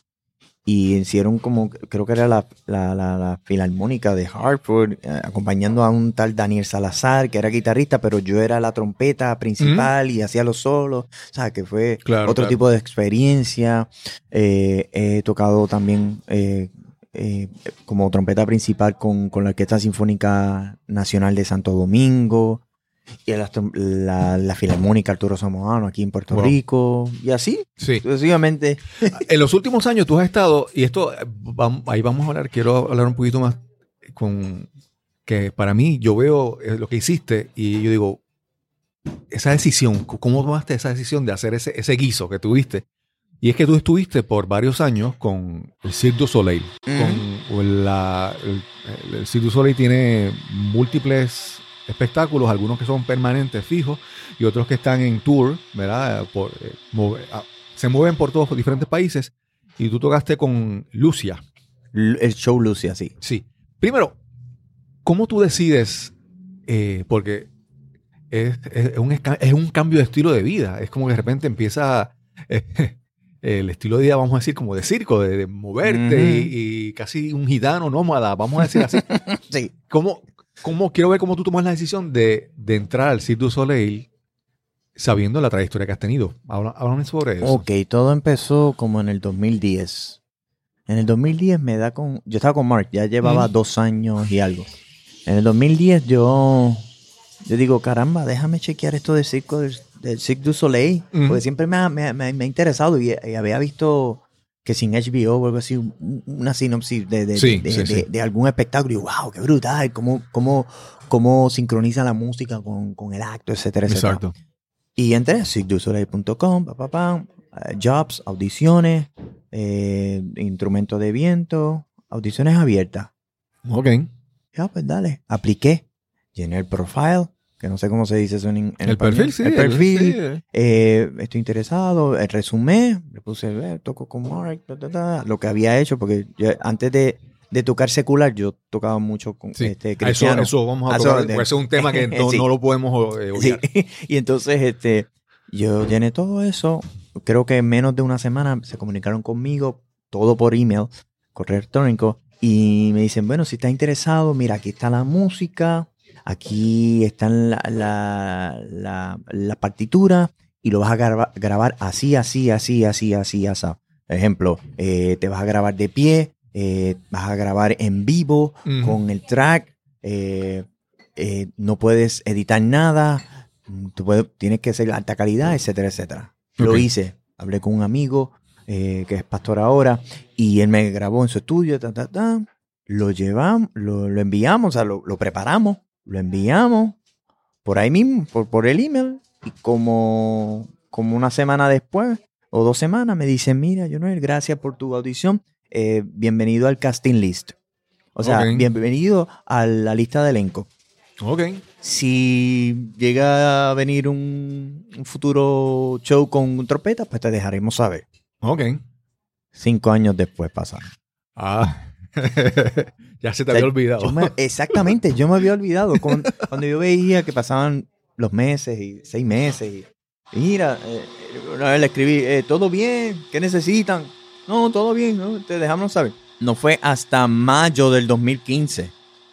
y hicieron como, creo que era la, la, la, la Filarmónica de Hartford, eh, acompañando a un tal Daniel Salazar, que era guitarrista, pero yo era la trompeta principal mm-hmm. y hacía los solos. O sea, que fue claro, otro claro. tipo de experiencia. Eh, he tocado también eh, eh, como trompeta principal con, con la Orquesta Sinfónica Nacional de Santo Domingo. Y la, la, la Filarmónica Arturo Samoano aquí en Puerto wow. Rico. Y así, sí. sucesivamente. En los últimos años tú has estado, y esto, vamos, ahí vamos a hablar, quiero hablar un poquito más con, que para mí yo veo lo que hiciste y yo digo, esa decisión, ¿cómo tomaste esa decisión de hacer ese, ese guiso que tuviste? Y es que tú estuviste por varios años con el Cirque du Soleil. Mm-hmm. Con la, el, el Cirque du Soleil tiene múltiples espectáculos, algunos que son permanentes, fijos, y otros que están en tour, ¿verdad? Por, eh, move, ah, se mueven por todos los diferentes países. Y tú tocaste con Lucia. El show Lucia, sí. Sí. Primero, ¿cómo tú decides? Eh, porque es, es, un, es un cambio de estilo de vida. Es como que de repente empieza eh, el estilo de vida, vamos a decir, como de circo, de, de moverte uh-huh. y, y casi un gitano nómada, vamos a decir así. Sí. ¿Cómo? ¿Cómo, quiero ver cómo tú tomas la decisión de, de entrar al Cirque du Soleil sabiendo la trayectoria que has tenido. Háblame sobre eso. Ok, todo empezó como en el dos mil diez. En el dos mil diez me da con... Yo estaba con Mark, ya llevaba mm. dos años y algo. En el dos mil diez yo... Yo digo, caramba, déjame chequear esto del circo del, del Cirque du Soleil. Mm. Porque siempre me ha, me, me, me ha interesado y, y había visto... que sin H B O o algo así, una sinopsis de, de, sí, de, sí, de, sí. de, de algún espectáculo. Y wow, qué brutal, cómo, cómo, cómo sincroniza la música con, con el acto, etcétera, etcétera. Exacto. Y entré a cirque du soleil punto com, pa, pa, pa, uh, jobs, audiciones, eh, instrumentos de viento, audiciones abiertas. Ok. Ya, pues dale, apliqué, llené el profile, que no sé cómo se dice eso en, en el español. perfil, sí. El perfil, el, sí. eh, estoy interesado, el resumen, le puse, eh, toco con Mark, ta, ta, ta, lo que había hecho, porque yo, antes de, de tocar secular, yo tocaba mucho con sí. este cristiano. Eso, eso vamos a tocar, eso es un tema que no, sí. no lo podemos eh, obviar. Sí. Y entonces, este, yo llené todo eso, creo que en menos de una semana se comunicaron conmigo, todo por email, correo electrónico, y me dicen, bueno, si estás interesado, mira, aquí está la música, aquí están la, la, la, la partitura y lo vas a graba, grabar así, así, así, así, así, así. Por ejemplo, eh, te vas a grabar de pie, eh, vas a grabar en vivo uh-huh. con el track, eh, eh, no puedes editar nada, tú puedes, tienes que ser de alta calidad, etcétera, etcétera. Okay. Lo hice, hablé con un amigo eh, que es pastor ahora y él me grabó en su estudio, ta, ta, ta, lo llevamos, lo, lo enviamos, o sea, lo, lo preparamos. Lo enviamos por ahí mismo, por, por el email, y como, como una semana después, o dos semanas, me dicen, mira, Jonuel, gracias por tu audición, eh, bienvenido al casting list. O sea, okay. bienvenido a la lista de elenco. Ok. Si llega a venir un, un futuro show con trompeta, pues te dejaremos saber. Ok. Cinco años después pasaron. Ah. Ya se te o sea, había olvidado. Yo me, exactamente, yo me había olvidado. Cuando, cuando yo veía que pasaban los meses y seis meses y mira, eh, una vez le escribí, eh, ¿todo bien? ¿Qué necesitan? No, todo bien, ¿no? Te dejamos saber. No fue hasta mayo del dos mil quince.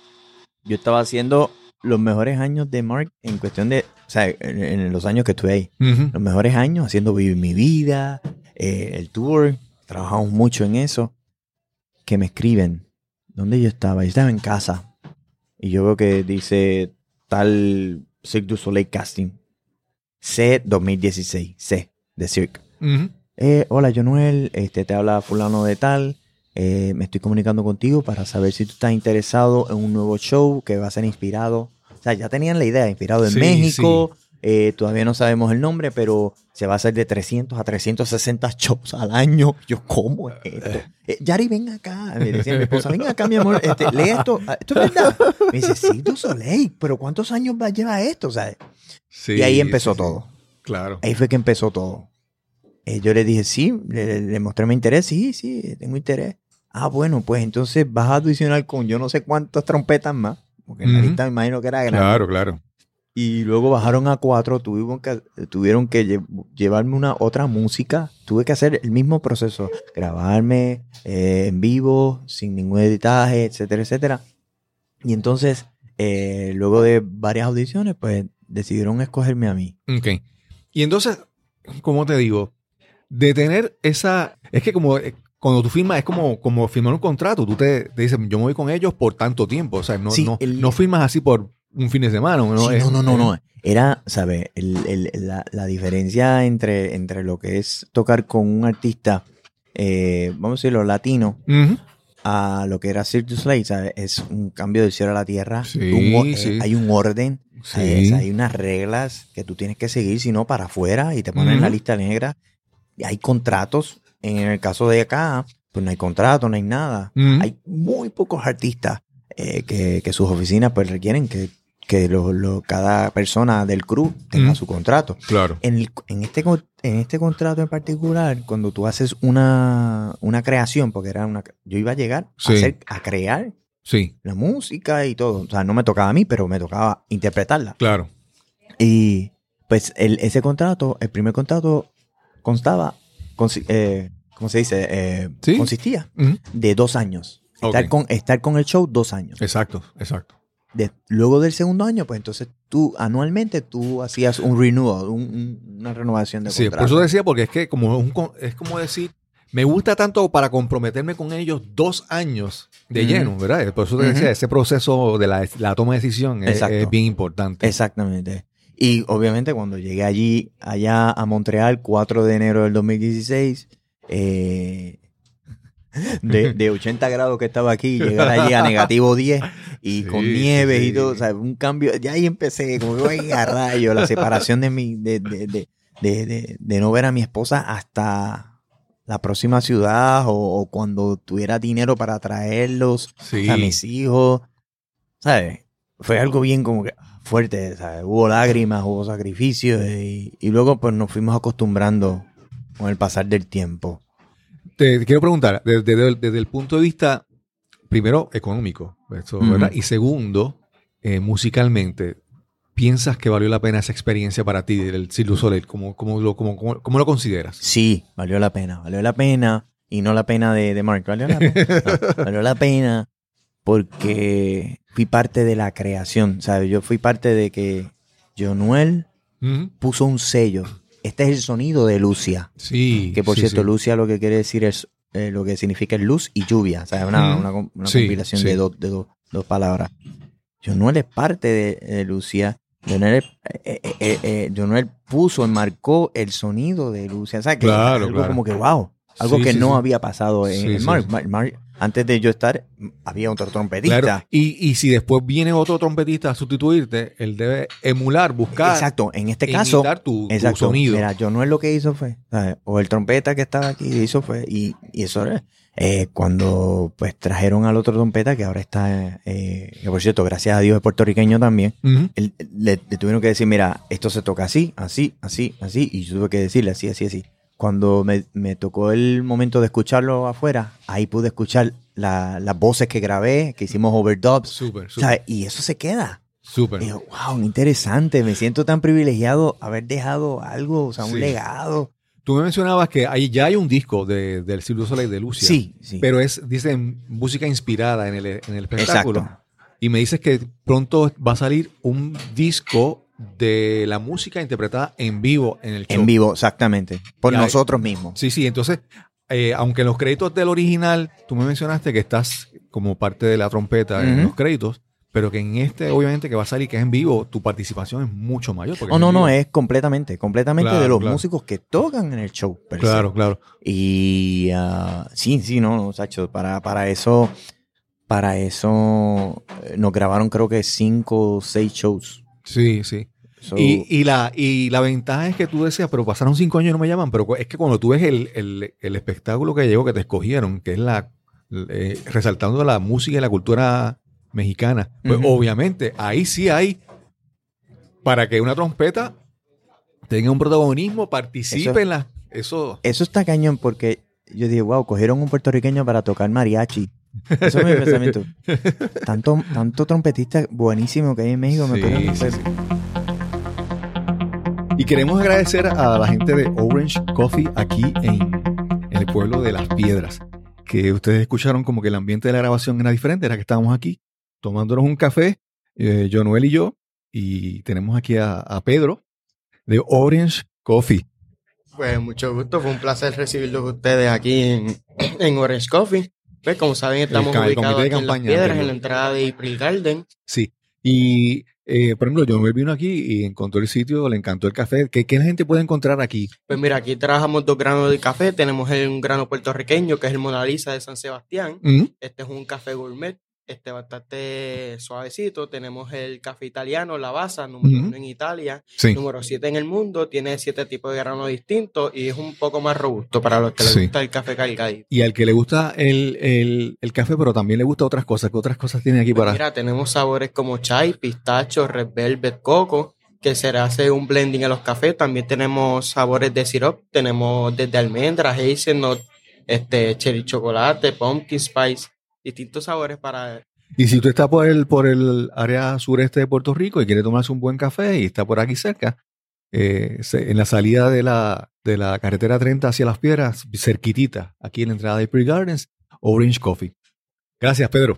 Yo estaba haciendo los mejores años de Mark en cuestión de, o sea, en, en los años que estuve ahí. Uh-huh. Los mejores años haciendo Vivir mi Vida, eh, el tour. Trabajamos mucho en eso. Que me escriben. ¿Dónde yo estaba? Yo estaba en casa. Y yo veo que dice tal Cirque du Soleil Casting. C dos mil dieciséis. C de Cirque. Uh-huh. Eh, hola, Jonuel. Este, te habla fulano de tal. Eh, me estoy comunicando contigo para saber si tú estás interesado en un nuevo show que va a ser inspirado. O sea, ya tenían la idea, inspirado en sí, México. Sí. Eh, todavía no sabemos el nombre, pero se va a hacer de trescientos a trescientos sesenta shows al año. Yo, ¿cómo es esto? Eh, Yari, ven acá. Me decía mi esposa, ven acá, mi amor. Este, lee esto. ¿Esto es verdad? Me dice, sí, du Soleil, pero ¿cuántos años va a llevar esto? ¿Sabes? Sí, y ahí empezó sí, todo. Sí. Claro. Ahí fue que empezó todo. Eh, yo le dije, sí, le, le mostré mi interés. Sí, sí, tengo interés. Ah, bueno, pues entonces vas a audicionar con yo no sé cuántas trompetas más. Porque en uh-huh. la lista me imagino que era grande. Claro, claro. Y luego bajaron a cuatro, tuvieron que, tuvieron que lle- llevarme una otra música. Tuve que hacer el mismo proceso. Grabarme eh, en vivo, sin ningún editaje, etcétera, etcétera. Y entonces, eh, luego de varias audiciones, pues decidieron escogerme a mí. Ok. Y entonces, ¿cómo te digo? De tener esa... Es que como... Cuando tú firmas, es como, como firmar un contrato. Tú te, te dices, yo me voy con ellos por tanto tiempo. O sea, no, sí, no, el... no firmas así por un fin de semana. ¿No? Sí, es, no, no, no, no. Era, ¿sabes? El, el, la, la diferencia entre, entre lo que es tocar con un artista, eh, vamos a decirlo, latino, uh-huh. a lo que era Cirque du Soleil, ¿sabes? Es un cambio del cielo a la tierra. Sí, un, sí. Eh, hay un orden. Sí. Hay, hay unas reglas que tú tienes que seguir, si no, para afuera y te ponen uh-huh. en la lista negra. Y hay contratos. En el caso de acá, pues no hay contrato, no hay nada. Uh-huh. Hay muy pocos artistas eh, que, que sus oficinas pues requieren que, que lo, lo, cada persona del crew tenga uh-huh. su contrato. Claro. En, el, en, este, en este contrato en particular, cuando tú haces una, una creación, porque era una, yo iba a llegar sí. a, hacer, a crear sí. la música y todo. O sea, no me tocaba a mí, pero me tocaba interpretarla. Claro. Y pues el, ese contrato, el primer contrato constaba... Consi- eh, ¿Cómo se dice? Eh, ¿Sí? Consistía uh-huh. de dos años. Estar, okay. con, estar con el show dos años. Exacto, exacto. De, luego del segundo año, pues entonces tú anualmente tú hacías un renewal, un, un, una renovación de sí, contrato. Por eso decía, porque es que como un, es como decir, me gusta tanto para comprometerme con ellos dos años de uh-huh. lleno, ¿verdad? Por eso te decía, uh-huh. ese proceso de la, la toma de decisión es, es bien importante. Exactamente. Y obviamente cuando llegué allí, allá a Montreal, cuatro de enero del dos mil dieciséis, eh, de, de ochenta grados que estaba aquí, llegar allí a negativo diez y sí, con nieve sí. y todo, o sea, un cambio, ya ahí empecé, como que a rayo, la separación de mi, de, de, de, de, de, de no ver a mi esposa hasta la próxima ciudad o, o cuando tuviera dinero para traerlos sí. a mis hijos, ¿sabes? Fue algo bien como que fuerte, ¿sabes? Hubo lágrimas, hubo sacrificios y, y luego pues nos fuimos acostumbrando con el pasar del tiempo. Te, te quiero preguntar, desde, desde, desde el punto de vista, primero, económico, eso, uh-huh. ¿verdad? Y segundo, eh, musicalmente, ¿piensas que valió la pena esa experiencia para ti del Cirque du Soleil? ¿Cómo, cómo, lo, cómo, cómo, ¿Cómo lo consideras? Sí, valió la pena, valió la pena, y no la pena de, de Mark, valió la pena, no, valió la pena porque fui parte de la creación, ¿sabes? Yo fui parte de que Jonuel uh-huh. puso un sello. Este es el sonido de Lucia. Sí. Que por sí, cierto, sí. Lucia lo que quiere decir es, eh, lo que significa es luz y lluvia. O sea, es una, mm. una, una sí, compilación sí. de, do, de do, dos palabras. Jonuel es parte de, de Lucia. Jonuel, eh, eh, eh, eh, Jonuel puso, enmarcó el sonido de Lucia. O sea, que claro, algo claro. como que wow. Algo sí, que sí, no sí. había pasado en, sí, en sí, Mark. sí. Mark, Mark. Antes de yo estar, había otro trompetista. Claro. Y, y si después viene otro trompetista a sustituirte, él debe emular, buscar. Exacto. En este caso, tu, exacto, tu sonido. Mira, Jonuel lo que hizo fue, ¿sabes? O el trompeta que estaba aquí hizo fue, y, y eso era, eh, cuando pues trajeron al otro trompeta que ahora está, eh, que por cierto, gracias a Dios es puertorriqueño también, uh-huh. él, le, le tuvieron que decir, mira, esto se toca así, así, así, así, y yo tuve que decirle así, así, así. cuando me, me tocó el momento de escucharlo afuera, ahí pude escuchar la, las voces que grabé, que hicimos overdubs. Súper, súper. ¿Sabes? Y eso se queda. Súper. Y yo, wow, interesante. Me siento tan privilegiado haber dejado algo, o sea, un Sí. legado. Tú me mencionabas que ahí ya hay un disco de, del Cirque du Soleil de Lucia. Sí, sí. Pero es, dicen, música inspirada en el, en el espectáculo. Exacto. Y me dices que pronto va a salir un disco de la música interpretada en vivo en el show. En vivo, exactamente. Por Y hay- nosotros mismos. Sí, sí. Entonces, eh, aunque en los créditos del original, tú me mencionaste que estás como parte de la trompeta en Ujú. los créditos, pero que en este, obviamente, que va a salir, que es en vivo, tu participación es mucho mayor. porque Oh, es no, en no, vivo. es completamente, completamente Claro, de los claro. músicos que tocan en el show. per se. Claro, claro. Y ah, sí, sí, no, no, Sacho, para, para eso, para eso eh, nos grabaron creo que cinco o seis shows. Sí, sí. So, Y, y, la, y la ventaja es que tú decías, pero pasaron cinco años y no me llaman, pero es que cuando tú ves el, el, el espectáculo que llegó, que te escogieron, que es la eh, resaltando la música y la cultura mexicana, pues Ujú. obviamente ahí sí hay para que una trompeta tenga un protagonismo, participe Eso- en la... Eso... Eso está cañón porque yo dije, wow, cogieron un puertorriqueño para tocar mariachi. Eso es mi pensamiento. Tanto, tanto trompetista buenísimo que hay en México. me Sí, tocan sí, hacer- sí. Y queremos agradecer a la gente de Orange Coffee aquí en, en el pueblo de Las Piedras, que ustedes escucharon como que el ambiente de la grabación era diferente, era que estábamos aquí tomándonos un café, eh, Jonuel y yo, y tenemos aquí a, a Pedro de Orange Coffee. Pues mucho gusto, fue un placer recibirlos ustedes aquí en, en Orange Coffee. Pues como saben, estamos ca- el ubicados comité de aquí en Las campaña Piedras, anterior. en la entrada de April Garden. Sí, y eh, por ejemplo, Jonuel vino aquí y encontró el sitio, le encantó el café. ¿Qué, qué la gente puede encontrar aquí? Pues mira, aquí trabajamos dos granos de café. Tenemos el- un grano puertorriqueño, que es el Mona Lisa de San Sebastián. ¿Mm? Este es un café gourmet, este bastante suavecito. Tenemos el café italiano, la Baza, número Ujú. uno en Italia. Sí. Número siete en el mundo, tiene siete tipos de granos distintos y es un poco más robusto para los que les Sí. gusta el café cargadito. Y al que le gusta el, el, el café, pero también le gusta otras cosas. ¿Qué otras cosas tiene aquí Pues para...? mira, tenemos sabores como chai, pistacho, red velvet, coco, que se le hace un blending a los cafés. También tenemos sabores de syrup, tenemos desde almendras, hazelnut, este, cherry chocolate, pumpkin spice, distintos sabores para... Y si usted está por el, por el área sureste de Puerto Rico y quiere tomarse un buen café y está por aquí cerca, eh, se- en la salida de la, de la carretera treinta hacia Las Piedras, cerquitita, aquí en la entrada de April Gardens, Orange Coffee. Gracias, Pedro.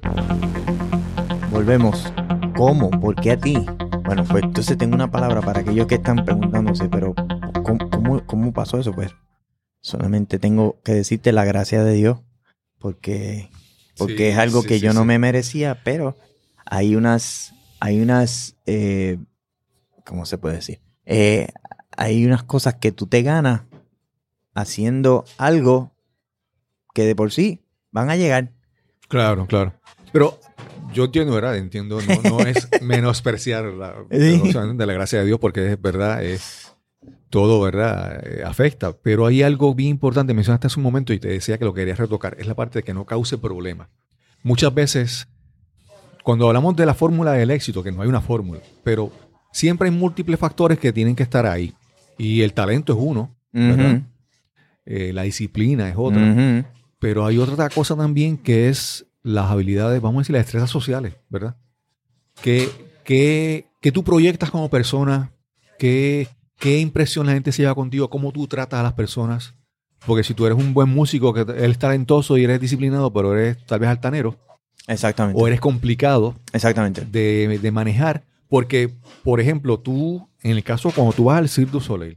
Volvemos. ¿Cómo? ¿Por qué a ti? Bueno, pues entonces tengo una palabra para aquellos que están preguntándose, pero ¿cómo, cómo, cómo pasó eso? Pues solamente tengo que decirte la gracia de Dios, porque, porque Sí, es algo sí, que sí, yo no sí. me merecía, pero hay unas, hay unas, eh, ¿cómo se puede decir? Eh, hay unas cosas que tú te ganas haciendo algo que de por sí van a llegar. Claro, claro. Pero yo entiendo, ¿verdad? Entiendo, no, no es menospreciar la, Sí. o sea, de la gracia de Dios, porque es verdad, es todo, ¿verdad? Eh, afecta. Pero hay algo bien importante, mencionaste hace un momento y te decía que lo querías retocar, es la parte de que no cause problemas. Muchas veces, cuando hablamos de la fórmula del éxito, que no hay una fórmula, pero siempre hay múltiples factores que tienen que estar ahí. Y el talento es uno, ¿verdad? Ujú, Eh, la disciplina es otra. ujú. Pero hay otra cosa también que es las habilidades, vamos a decir, las destrezas sociales, ¿verdad? ¿Qué, qué, qué tú proyectas como persona? ¿Qué, ¿Qué impresión la gente se lleva contigo? ¿Cómo tú tratas a las personas? Porque si tú eres un buen músico, que eres talentoso y eres disciplinado, pero eres tal vez altanero, Exactamente. o eres complicado Exactamente. de, de manejar, porque, por ejemplo, tú, en el caso cuando tú vas al Cirque du Soleil,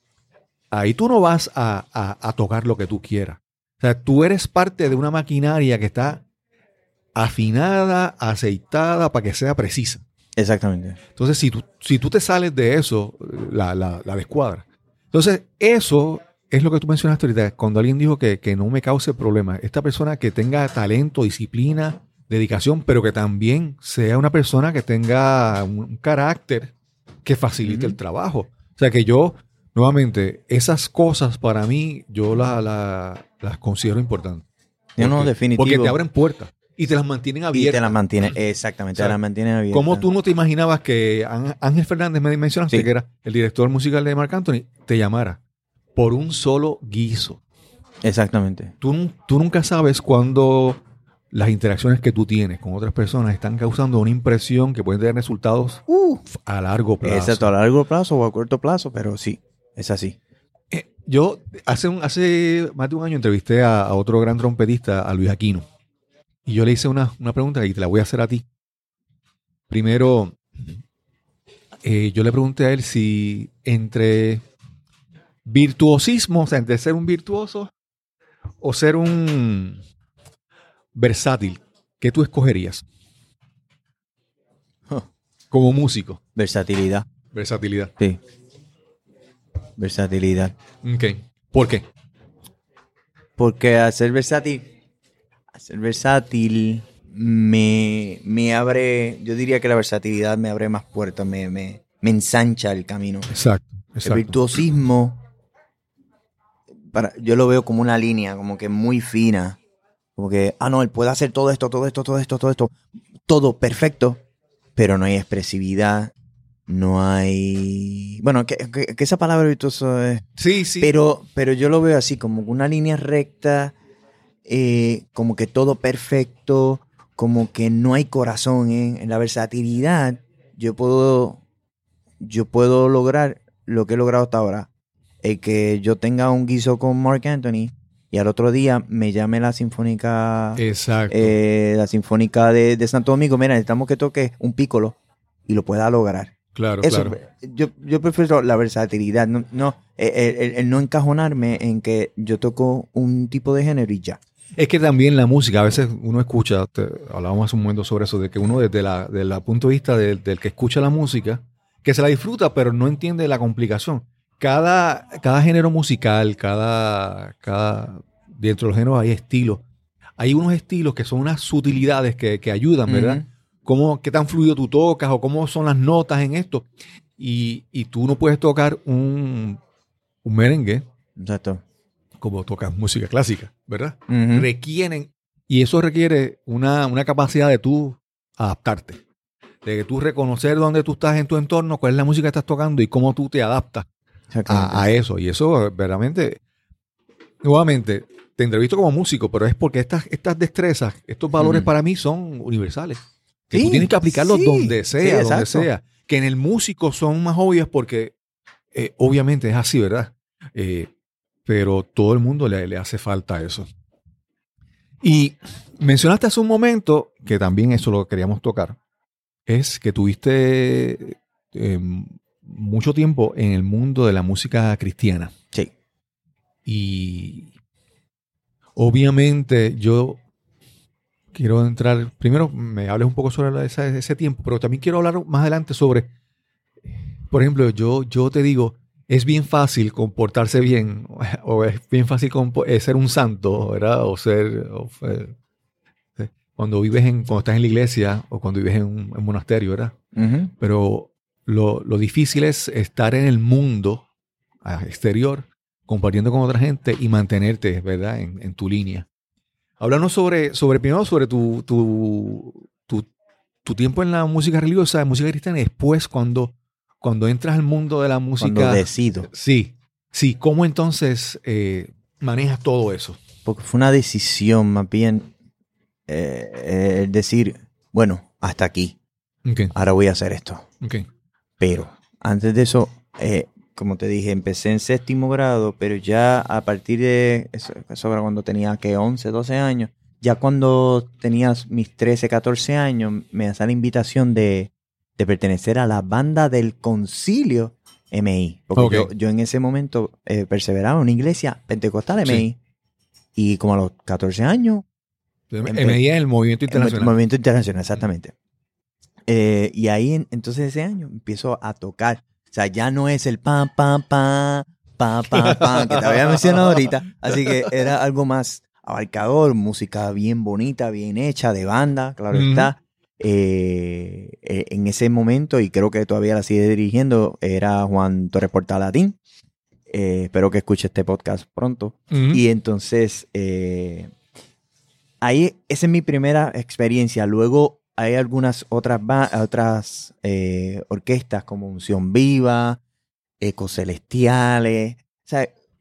ahí tú no vas a, a, a tocar lo que tú quieras. O sea, tú eres parte de una maquinaria que está afinada, aceitada para que sea precisa. Exactamente. Entonces, si tú, si tú te sales de eso, la, la, la descuadra. Entonces, eso es lo que tú mencionaste ahorita, cuando alguien dijo que, que no me cause problemas. Esta persona que tenga talento, disciplina, dedicación, pero que también sea una persona que tenga un, un carácter que facilite Ujú. el trabajo. O sea, que yo, nuevamente, esas cosas para mí, yo la- la- las considero importantes. No, no, Porque- definitivo. Porque te abren puertas y te las mantienen Y abiertas. te las mantiene, exactamente, O sea, te las mantiene abiertas. ¿Cómo tú no te imaginabas que Án- Ángel Fernández, me mencionaste, Sí. que era el director musical de Marc Anthony, te llamara por un solo guiso. Exactamente. Tú, tú nunca sabes cuándo las interacciones que tú tienes con otras personas están causando una impresión que pueden tener resultados uh, a largo plazo. Exacto, a largo plazo o a corto plazo, pero sí, es así. Eh, yo hace, un, hace más de un año entrevisté a, a otro gran trompetista, a Luis Aquino. Y yo le hice una, una pregunta y te la voy a hacer a ti. Primero, eh, yo le pregunté a él si entre virtuosismo, o sea, entre ser un virtuoso o ser un versátil, ¿qué tú escogerías? Huh. Como músico. Versatilidad. Versatilidad. Sí. Versatilidad. Ok. ¿Por qué? Porque al ser versátil, al ser versátil me, me abre, yo diría que la versatilidad me abre más puertas, me, me, me ensancha el camino. Exacto, exacto. El virtuosismo, para, yo lo veo como una línea, como que muy fina. Como que, ah, no, él puede hacer todo esto, todo esto, todo esto, todo esto. Todo perfecto, pero no hay expresividad, no hay... Bueno, que, que, que esa palabra virtuoso es... Sí, sí. Pero, pero yo lo veo así, como una línea recta, eh, como que todo perfecto, como que no hay corazón en, en la versatilidad. Yo puedo, yo puedo lograr lo que he logrado hasta ahora. El que yo tenga un guiso con Marc Anthony y al otro día me llame la sinfónica, Exacto. Eh, la sinfónica de, de Santo Domingo, mira, necesitamos que toque un piccolo y lo pueda lograr. Claro, Eso, claro. Yo, yo prefiero la versatilidad, no, no el, el, el no encajonarme en que yo toco un tipo de género y ya. Es que también la música, a veces uno escucha, te, hablábamos hace un momento sobre eso, de que uno desde la, desde el punto de vista de, del que escucha la música, que se la disfruta, pero no entiende la complicación. Cada, cada género musical, cada, cada, dentro de los géneros hay estilos. Hay unos estilos que son unas sutilidades que, que ayudan, ¿verdad? Uh-huh. Cómo, qué tan fluido tú tocas o cómo son las notas en esto. Y, y tú no puedes tocar un, un merengue. Exacto. Como tocas música clásica, ¿verdad? Uh-huh. Requieren, y eso requiere una, una capacidad de tú adaptarte. De que tú reconocer dónde tú estás en tu entorno, cuál es la música que estás tocando y cómo tú te adaptas a, a eso. Y eso verdaderamente, nuevamente, te entrevisto como músico, pero es porque estas, estas destrezas, estos valores uh-huh. para mí son universales. Que sí, tú tienes que aplicarlos sí, donde sea, sí, donde sea. Que en el músico son más obvias porque eh, obviamente es así, ¿verdad? Eh, pero todo el mundo le, le hace falta eso. Y mencionaste hace un momento, que también eso lo queríamos tocar, es que tuviste eh, mucho tiempo en el mundo de la música cristiana. Sí. Y obviamente yo quiero entrar, primero me hables un poco sobre ese, ese tiempo, pero también quiero hablar más adelante sobre, por ejemplo, yo, yo te digo, es bien fácil comportarse bien, o es bien fácil compo- ser un santo, ¿verdad? O ser, o ser cuando vives en, cuando estás en la iglesia o cuando vives en un, en un monasterio, ¿verdad? Uh-huh. Pero lo, lo difícil es estar en el mundo exterior, compartiendo con otra gente y mantenerte, ¿verdad? En, en tu línea. Háblanos sobre, sobre primero sobre tu, tu, tu, tu tiempo en la música religiosa, en música cristiana, y después cuando, cuando entras al mundo de la música. Cuando decido. Sí, sí. ¿Cómo entonces eh, manejas todo eso? Porque fue una decisión más bien, eh, eh, decir, bueno, hasta aquí. Okay. Ahora voy a hacer esto. Okay. Pero antes de eso, eh, como te dije, empecé en séptimo grado, pero ya a partir de, eso, eso era cuando tenía que once, doce años, ya cuando tenía mis trece, catorce años, me hacía la invitación de, de pertenecer a la banda del Concilio M I. Porque okay. yo, yo en ese momento eh, perseveraba en una iglesia pentecostal M I. Sí. Y como a los catorce años... M I es el Movimiento Internacional. El Movimiento Internacional, exactamente. Eh, y ahí, en, entonces ese año, empiezo a tocar. O sea, ya no es el pam, pam, pam, pam, pam, pam, que te había mencionado ahorita. Así que era algo más abarcador, música bien bonita, bien hecha, de banda, claro uh-huh. está. Eh, eh, en ese momento, y creo que todavía la sigue dirigiendo, era Juan Torres Portalatín. Eh, espero que escuche este podcast pronto. Uh-huh. Y entonces, eh, ahí, esa es mi primera experiencia. Luego hay algunas otras, otras eh, orquestas como Unción Viva, Ecos Celestiales. O sea,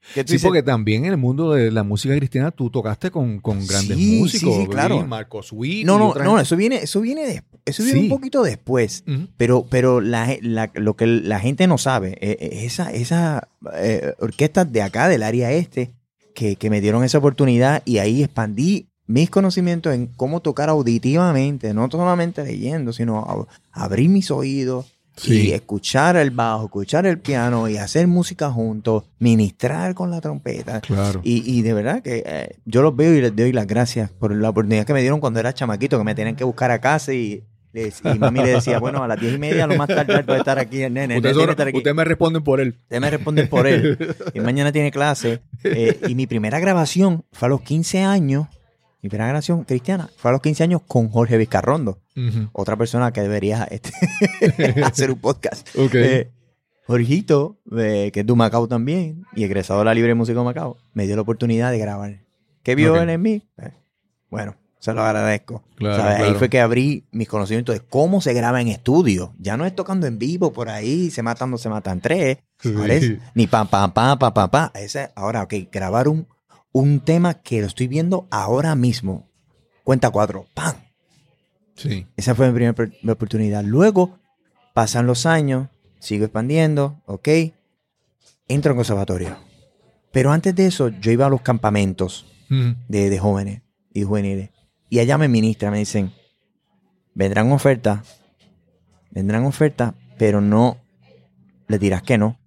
Sí, dices? Porque también en el mundo de la música cristiana tú tocaste con, con grandes sí, músicos. Sí, sí, claro. Marcos Witt. No, no, no, eso viene, eso viene, de, eso viene sí. un poquito después. Uh-huh. Pero, pero la, la, lo que la gente no sabe, eh, esa, esa eh, orquestas de acá, del área este, que, que me dieron esa oportunidad y ahí expandí mis conocimientos en cómo tocar auditivamente, no solamente leyendo, sino a, abrir mis oídos. Sí. Y escuchar el bajo, escuchar el piano y hacer música juntos, ministrar con la trompeta. Claro. Y, y de verdad que eh, yo los veo y les doy las gracias por la oportunidad que me dieron cuando era chamaquito, que me tenían que buscar a casa y, les, y mami le decía, bueno, a las diez y media lo más tarde puede estar aquí el nene. Ustedes son, estar aquí. Usted me responden por él. Ustedes me responden por él. Y mañana tiene clase. Eh, y mi primera grabación fue a los quince años. Mi primera grabación cristiana fue a los quince años con Jorge Vizcarrondo. Uh-huh. Otra persona que debería este, hacer un podcast. Okay. Eh, Jorgito, eh, que es de Macao también, y egresado de la Libre Música de Macao, me dio la oportunidad de grabar. ¿Qué vio okay. él en mí? Eh, bueno, se lo agradezco. Claro, ¿Sabes? claro. Ahí fue que abrí mis conocimientos de cómo se graba en estudio. Ya no es tocando en vivo por ahí, se matando, se matan tres. Sí. Ni pam, pam, pam, pam, pam, pam. Ese, ahora, ok, grabar un, un tema que lo estoy viendo ahora mismo. Cuenta cuatro, ¡pam! Sí. Esa fue mi primera oportunidad. Luego, pasan los años, sigo expandiendo, ok. Entro en conservatorio. Pero antes de eso, yo iba a los campamentos mm. de, de jóvenes y juveniles. Y allá me ministran, me dicen, vendrán ofertas, vendrán ofertas, pero no le dirás que no.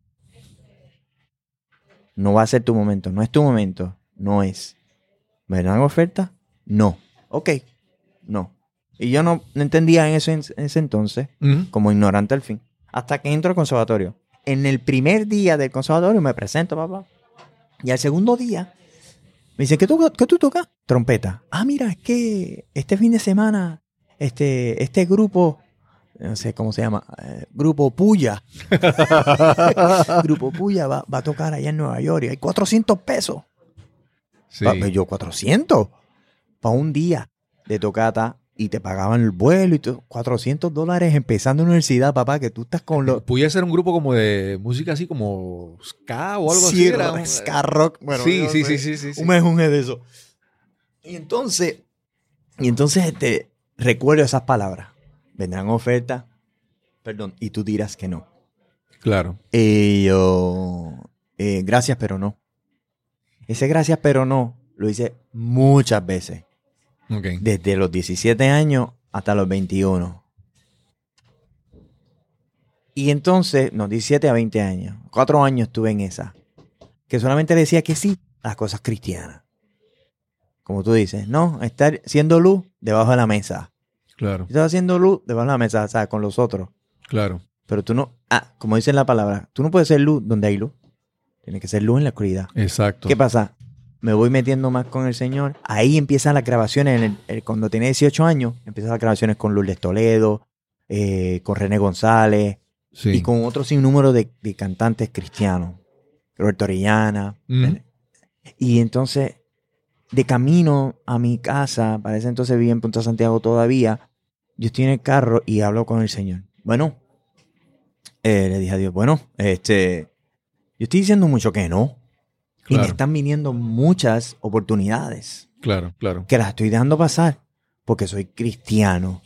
No va a ser tu momento, no es tu momento, no es. ¿Vendrán ofertas? No. Ok, no. Y yo no, no entendía en eso en, en ese entonces, uh-huh. como ignorante al fin. Hasta que entro al conservatorio. En el primer día del conservatorio me presento, papá. Y al segundo día me dicen, ¿qué tú, qué tú tocas? Trompeta. Ah, mira, es que este fin de semana, este, este grupo, no sé cómo se llama, eh, Grupo Puya. Grupo Puya va, va a tocar allá en Nueva York y hay cuatrocientos pesos. Sí. Pa, yo, cuatrocientos para un día de tocata. Y te pagaban el vuelo y todo, cuatrocientos dólares empezando en la universidad, papá, que tú estás con los... Pudiera ser un grupo como de música así como ska o algo sí, así. Era un... ska rock. Bueno, sí, no sí, sé, sí, sí, sí. Un mejunje de eso. Y entonces, y entonces este, recuerdo esas palabras. Vendrán ofertas, perdón, y tú dirás que no. Claro. Y yo, eh, gracias, pero no. Ese gracias, pero no, lo hice muchas veces. Okay. Desde los diecisiete años hasta los veintiuno. Y entonces, no, diecisiete a veinte años. Cuatro años estuve en esa. Que solamente le decía que sí a las cosas cristianas. Como tú dices, no, estar siendo luz debajo de la mesa. Claro. Estás haciendo luz debajo de la mesa, ¿sabes? Con los otros. Claro. Pero tú no, ah, como dice en la palabra, tú no puedes ser luz donde hay luz. Tienes que ser luz en la oscuridad. Exacto. ¿Qué pasa? Me voy metiendo más con el Señor. Ahí empiezan las grabaciones. En el, el, cuando tenía dieciocho años, empiezan las grabaciones con Lourdes Toledo, eh, con René González sí. y con otro sinnúmero de, de cantantes cristianos. Roberto Orellana. Mm. Y entonces, de camino a mi casa, para ese entonces vivía en Punta Santiago todavía, yo estoy en el carro y hablo con el Señor. Bueno, eh, le dije a Dios, bueno, este, yo estoy diciendo mucho que no. Claro. Y me están viniendo muchas oportunidades. Claro, claro. Que las estoy dejando pasar porque soy cristiano.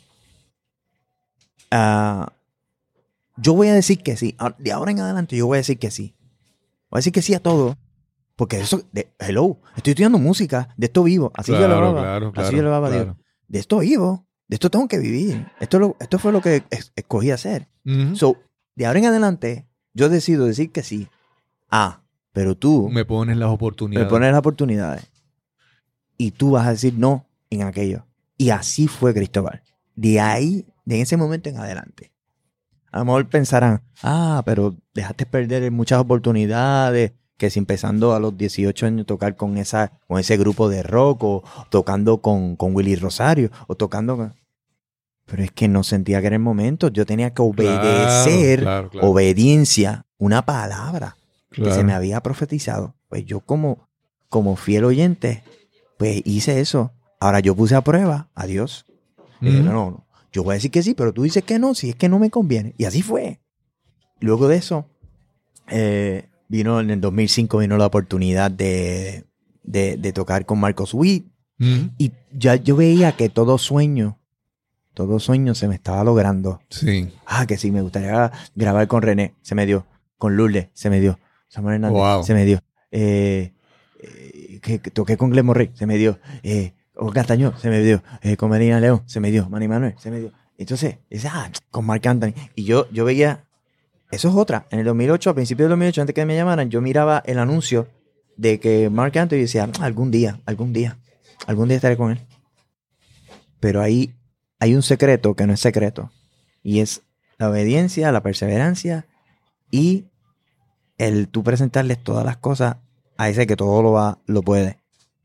Uh, yo voy a decir que sí. De ahora en adelante yo voy a decir que sí. Voy a decir que sí a todo. Porque eso, de, hello, estoy estudiando música, de esto vivo. Así claro, yo lo hablaba. Claro, claro, así yo lo hablaba claro. a Dios. De esto vivo. De esto tengo que vivir. Esto, lo, esto fue lo que es, escogí hacer. Uh-huh. So, de ahora en adelante, yo decido decir que sí. Ah. Pero tú... Me pones las oportunidades. Me pones las oportunidades. Y tú vas a decir no en aquello. Y así fue Cristóbal. De ahí, de ese momento en adelante. A lo mejor pensarán, ah, pero dejaste perder muchas oportunidades. Que si empezando a los dieciocho años tocar con, esa, con ese grupo de rock. O tocando con, con Willy Rosario. O tocando con... Pero es que no sentía que era el momento. Yo tenía que obedecer. Claro, claro, claro. Obediencia. Una palabra. Claro. Que se me había profetizado. Pues yo como, como fiel oyente, pues hice eso. Ahora yo puse a prueba a Dios. Mm-hmm. Dije, no, no, yo voy a decir que sí, pero tú dices que no, si es que no me conviene. Y así fue. Luego de eso, eh, vino en el dos mil cinco, vino la oportunidad de, de, de tocar con Marcos Witt. Mm. Y ya yo veía que todo sueño, todo sueño se me estaba logrando. Sí. Ah, que sí, me gustaría grabar con René, se me dio. Con Lourdes, se me dio. Samuel Hernández, wow. se me dio. Eh, eh, que, que toqué con Glen Morrey, se me dio. Eh, Olga Castañón, se me dio. Eh, con Melina León, se me dio. Manny Manuel, se me dio. Entonces, ese, ah, con Marc Anthony. Y yo, yo veía, eso es otra. En el dos mil ocho, a principios del dos mil ocho, antes que me llamaran, yo miraba el anuncio de que Marc Anthony decía, algún día, algún día, algún día estaré con él. Pero ahí hay un secreto que no es secreto. Y es la obediencia, la perseverancia y el tú presentarles todas las cosas a ese que todo lo va, lo puede.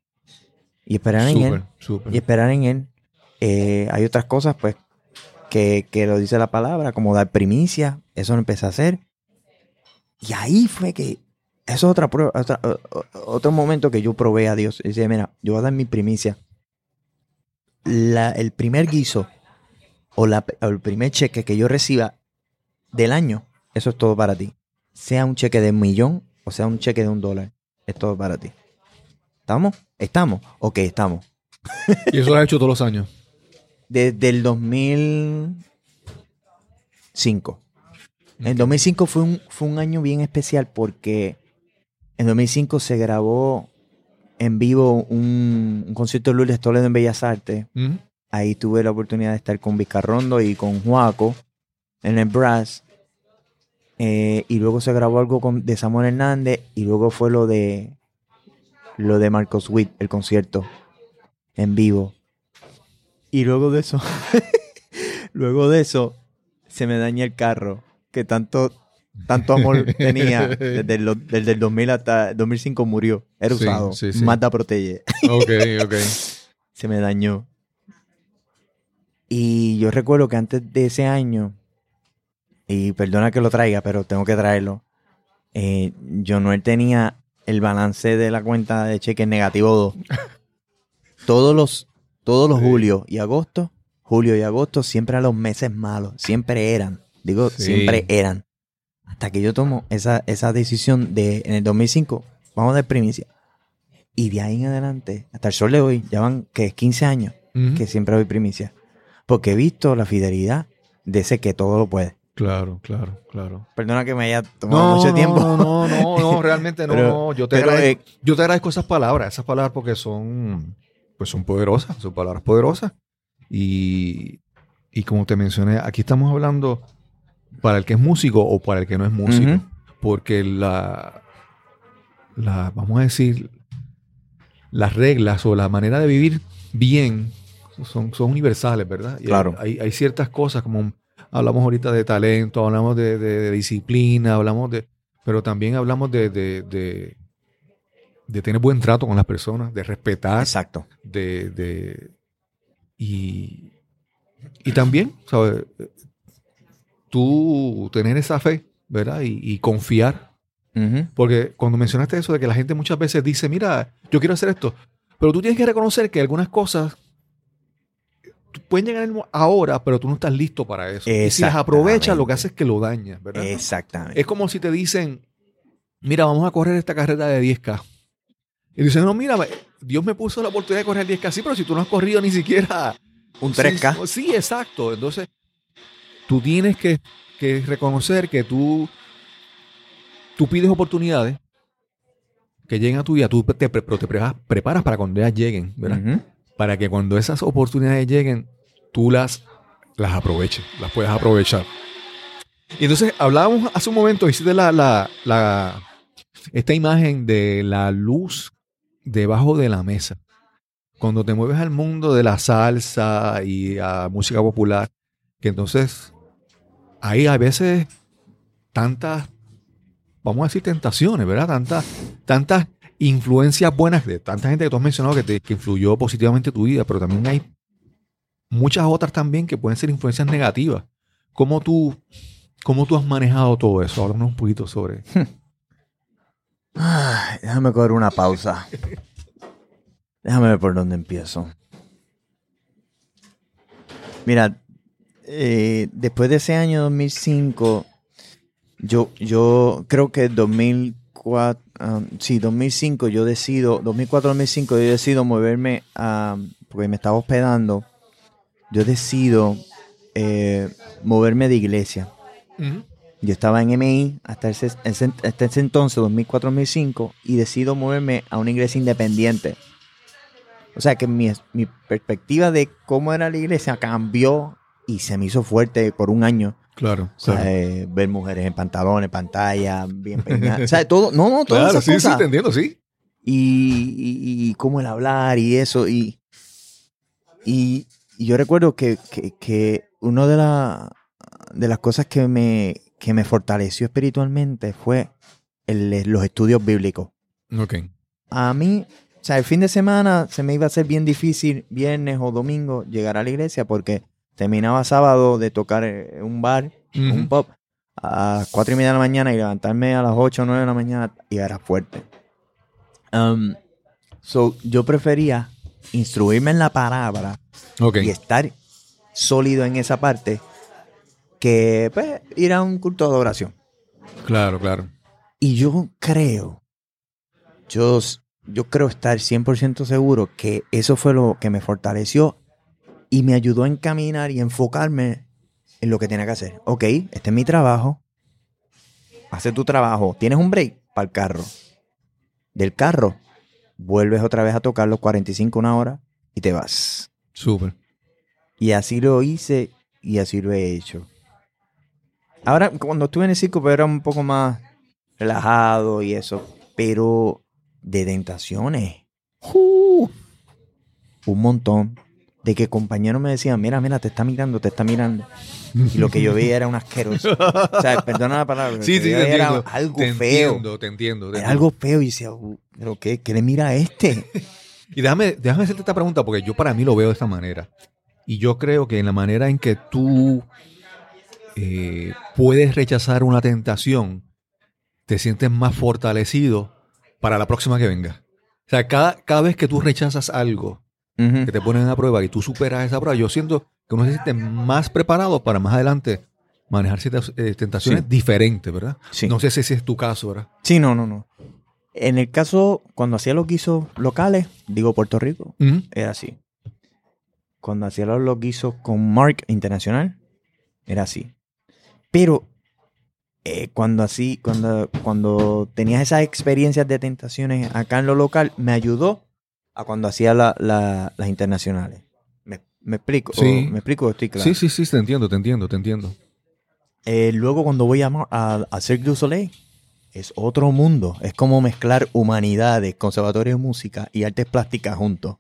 Y esperar super, en él. Super. Y esperar en él. Eh, hay otras cosas, pues, que, que lo dice la palabra, como dar primicia. Eso lo empecé a hacer. Y ahí fue que, eso es otra prueba, otra, otro momento que yo probé a Dios. Y decía, mira, yo voy a dar mi primicia. La, el primer guiso o, la, o el primer cheque que yo reciba del año, eso es todo para ti. Sea un cheque de un millón o sea un cheque de un dólar, es todo para ti. ¿Estamos? ¿Estamos? Ok, estamos. ¿Y eso lo has hecho todos los años? Desde el dos mil cinco. Okay. El dos mil cinco fue un, fue un año bien especial porque en dos mil cinco se grabó en vivo un, un concierto de Lourdes Toledo en Bellas Artes. Uh-huh. Ahí tuve la oportunidad de estar con Vizcarrondo y con Juaco en el brass. Eh, y luego se grabó algo con, de Samuel Hernández y luego fue lo de lo de Marcos Witt, el concierto en vivo. Y luego de eso, luego de eso, se me daña el carro que tanto, tanto amor tenía desde el, desde el dos mil hasta el dos mil cinco murió. Era sí, usado. Sí, sí. Mazda Protege. Ok, ok. Se me dañó. Y yo recuerdo que antes de ese año, y perdona que lo traiga, pero tengo que traerlo, eh, yo no tenía el balance de la cuenta de cheque negativo dos. Todos los, todos los sí. julio y agosto, julio y agosto siempre eran los meses malos, siempre eran, digo, sí. siempre eran. Hasta que yo tomo esa, esa decisión de, en el dos mil cinco, vamos a dar primicia. Y de ahí en adelante, hasta el sol de hoy, ya van, que quince años, uh-huh. que siempre doy primicia. Porque he visto la fidelidad de ese que todo lo puede. Claro, claro, claro. Perdona que me haya tomado no, mucho no, tiempo. No, no, no, no, realmente no. Pero, no. Yo, te pero, agradezco, eh, yo te agradezco esas palabras, esas palabras porque son, pues son poderosas, son palabras poderosas. Y, y como te mencioné, aquí estamos hablando para el que es músico o para el que no es músico. Uh-huh. Porque la, la, vamos a decir, las reglas o la manera de vivir bien son, son universales, ¿verdad? Y claro. Hay, hay, hay ciertas cosas como... Hablamos ahorita de talento, hablamos de, de, de disciplina, hablamos de... Pero también hablamos de, de, de, de tener buen trato con las personas, de respetar. Exacto. De, de, y, y también, ¿sabes? Tú tener esa fe, ¿verdad? Y, y confiar. Uh-huh. Porque cuando mencionaste eso de que la gente muchas veces dice, mira, yo quiero hacer esto. Pero tú tienes que reconocer que algunas cosas... pueden llegar ahora, pero tú no estás listo para eso. Y si las aprovechas, lo que haces es que lo dañas, ¿verdad? Exactamente. Es como si te dicen, mira, vamos a correr esta carrera de diez K. Y dicen, no, mira, Dios me puso la oportunidad de correr diez K. Sí, pero si tú no has corrido ni siquiera... Un tres K. Sí, sí, exacto. Entonces, tú tienes que, que reconocer que tú, tú pides oportunidades que lleguen a tu vida, tú te, pero te preparas, preparas para cuando ellas lleguen, ¿verdad? Uh-huh. Para que cuando esas oportunidades lleguen, tú las, las aproveches, las puedas aprovechar. Y entonces hablábamos hace un momento, hiciste la, la, la, esta imagen de la luz debajo de la mesa. Cuando te mueves al mundo de la salsa y a música popular, que entonces hay a veces tantas, vamos a decir tentaciones, ¿verdad? Tantas, tantas influencias buenas de tanta gente que tú has mencionado que, te, que influyó positivamente tu vida, pero también hay muchas otras también que pueden ser influencias negativas. ¿Cómo tú, cómo tú has manejado todo eso? Háblanos un poquito sobre... Ay, déjame coger una pausa. Déjame ver por dónde empiezo. Mira, eh, después de ese año dos mil cinco, yo, yo creo que dos mil cuatro, um, sí, dos mil cinco yo decido, dos mil cuatro, dos mil cinco yo decido moverme a, porque me estaba hospedando, yo decido eh, moverme de iglesia. Uh-huh. Yo estaba en M I hasta ese, ese, hasta ese entonces, dos mil cuatro, dos mil cinco, y decido moverme a una iglesia independiente. O sea que mi, mi perspectiva de cómo era la iglesia cambió y se me hizo fuerte por un año. Claro. O sea, claro. eh, ver mujeres en pantalones, pantalla, bien peinadas. O sea, todo, no, no, todas claro, esas sí, cosas. sí, te entiendo, sí. Y, y, y cómo el hablar y eso. Y, y, y yo recuerdo que, que, que una de, la, de las cosas que me, que me fortaleció espiritualmente fue el, los estudios bíblicos. Ok. A mí, o sea, el fin de semana se me iba a hacer bien difícil, viernes o domingo, llegar a la iglesia porque terminaba sábado de tocar en un bar, uh-huh. un pub, a las cuatro y media de la mañana y levantarme a las ocho o nueve de la mañana y era fuerte. Um, so, yo prefería instruirme en la palabra okay. y estar sólido en esa parte que pues, ir a un culto de oración. Claro, claro. Y yo creo, yo, yo creo estar cien por ciento seguro que eso fue lo que me fortaleció y me ayudó a encaminar y enfocarme en lo que tenía que hacer. Ok, este es mi trabajo. Hace tu trabajo. Tienes un break para el carro. Del carro, vuelves otra vez a tocar los cuarenta y cinco, una hora y te vas. Súper. Y así lo hice y así lo he hecho. Ahora, cuando estuve en el circo, pues era un poco más relajado y eso. Pero de tentaciones, uh, un montón. De que compañeros me decían, mira, mira, te está mirando, te está mirando. Y lo que yo veía era un asqueroso. O sea, perdona la palabra. Sí, sí, te era entiendo. algo te feo. Entiendo, te entiendo, te era entiendo. algo feo. Y decía, uh, ¿pero qué? ¿Qué le mira a este? Y déjame, déjame hacerte esta pregunta, porque yo para mí lo veo de esta manera. Y yo creo que en la manera en que tú eh, puedes rechazar una tentación, te sientes más fortalecido para la próxima que venga. O sea, cada, cada vez que tú rechazas algo, uh-huh. que te ponen a prueba y tú superas esa prueba, yo siento que uno se siente más preparado para más adelante manejar ciertas eh, tentaciones sí. diferentes, ¿verdad? Sí. No sé si ese es tu caso, ¿verdad? Sí, no, no, no. En el caso, cuando hacía los guisos locales, digo Puerto Rico, uh-huh. era así. Cuando hacía los guisos con Mark Internacional, era así. Pero eh, cuando así, cuando, cuando tenías esas experiencias de tentaciones acá en lo local, me ayudó a cuando hacía la, la, las internacionales. ¿Me, me explico? Sí. ¿Me explico? Estoy claro. Sí, sí, sí, te entiendo, te entiendo, te entiendo. Eh, luego cuando voy a, a, a Cirque du Soleil, es otro mundo. Es como mezclar humanidades, conservatorio de música y artes plásticas juntos.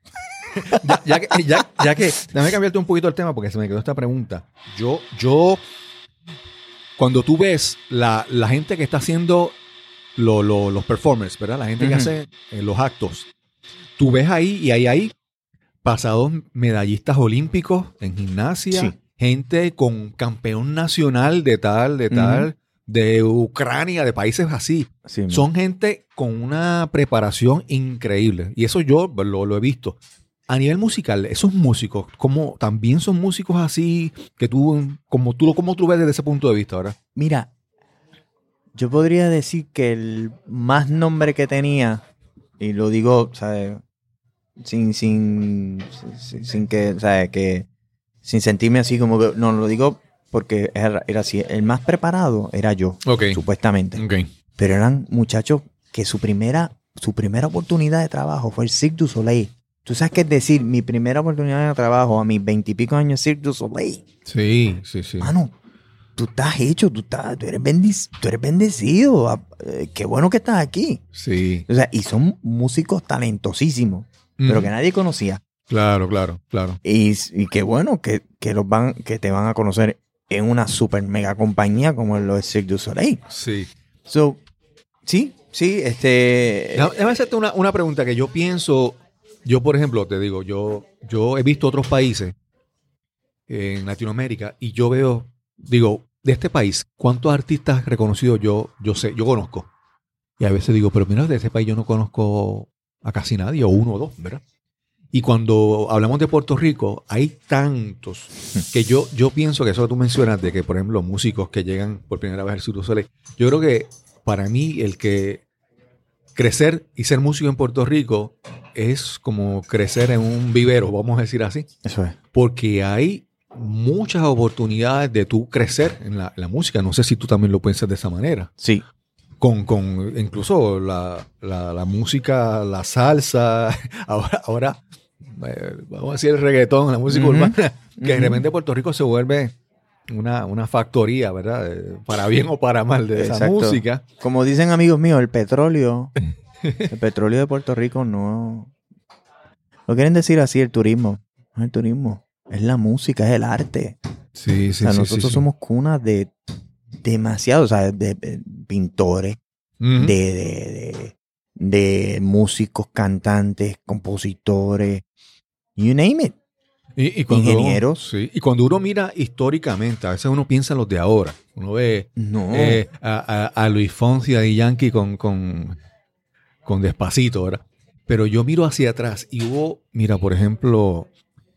ya, ya, que, ya, ya que, déjame cambiarte un poquito el tema porque se me quedó esta pregunta. Yo, yo, cuando tú ves la, la gente que está haciendo lo, lo, los performers, ¿verdad? La gente uh-huh. que hace eh, los actos, tú ves ahí y hay ahí pasados medallistas olímpicos en gimnasia, sí. gente con campeón nacional de tal, de tal, uh-huh. de Ucrania, de países así. Sí, Son gente con una preparación increíble. Y eso yo lo, lo he visto. A nivel musical, esos músicos, como también son músicos así, que tú, como tú, como tú ves desde ese punto de vista, ¿verdad? Mira, yo podría decir que el más nombre que tenía, y lo digo, ¿sabes? Sin, sin, sin, sin que, ¿sabes? Que, sin sentirme así como que, no, lo digo porque era, era así. El más preparado era yo, okay. supuestamente. Okay. Pero eran muchachos que su primera, su primera oportunidad de trabajo fue el Cirque du Soleil. ¿Tú sabes qué es decir? Mi primera oportunidad de trabajo a mis veintipico años Cirque du Soleil. Sí, sí, sí. Mano, tú estás hecho, tú, estás, tú, eres, bendic, tú eres bendecido. Eh, qué bueno que estás aquí. Sí. O sea, y son músicos talentosísimos, mm. pero que nadie conocía. Claro, claro, claro. Y, y qué bueno que, que, los van, que te van a conocer en una super mega compañía como lo es Cirque du Soleil. Sí. So, sí, sí, este... Déjame hacerte una, una pregunta que yo pienso... Yo, por ejemplo, te digo, yo, yo he visto otros países en Latinoamérica y yo veo, digo, de este país, ¿cuántos artistas reconocidos yo, yo sé, yo conozco? Y a veces digo, pero mira, de ese país yo no conozco a casi nadie, o uno o dos, ¿verdad? Y cuando hablamos de Puerto Rico, hay tantos que yo, yo pienso que eso que tú mencionas, de que, por ejemplo, músicos que llegan por primera vez al Cirque du Soleil, yo creo que para mí el que crecer y ser músico en Puerto Rico es como crecer en un vivero, vamos a decir así. Eso es. Porque hay muchas oportunidades de tú crecer en la, la música. No sé si tú también lo piensas de esa manera. Sí. Con, con incluso la, la, la música, la salsa, ahora, ahora eh, vamos a decir el reggaetón, la música uh-huh. urbana, que uh-huh. de repente Puerto Rico se vuelve una, una factoría, ¿verdad? Para bien o para mal de esa Exacto. música. Como dicen amigos míos, el petróleo, el petróleo de Puerto Rico no... Lo quieren decir así, el turismo. No es el turismo, es la música, es el arte. Sí, sí, o sea, sí. nosotros sí, sí. somos cunas de demasiado, o sea, de, de pintores, uh-huh. de, de, de, de músicos, cantantes, compositores, you name it. Y, y cuando, ingenieros. Sí, y cuando uno mira históricamente, a veces uno piensa en los de ahora. Uno ve no. eh, a, a, a Luis Fonsi, a Daddy Yankee con, con, con Despacito, ¿verdad? Pero yo miro hacia atrás y hubo, mira, por ejemplo,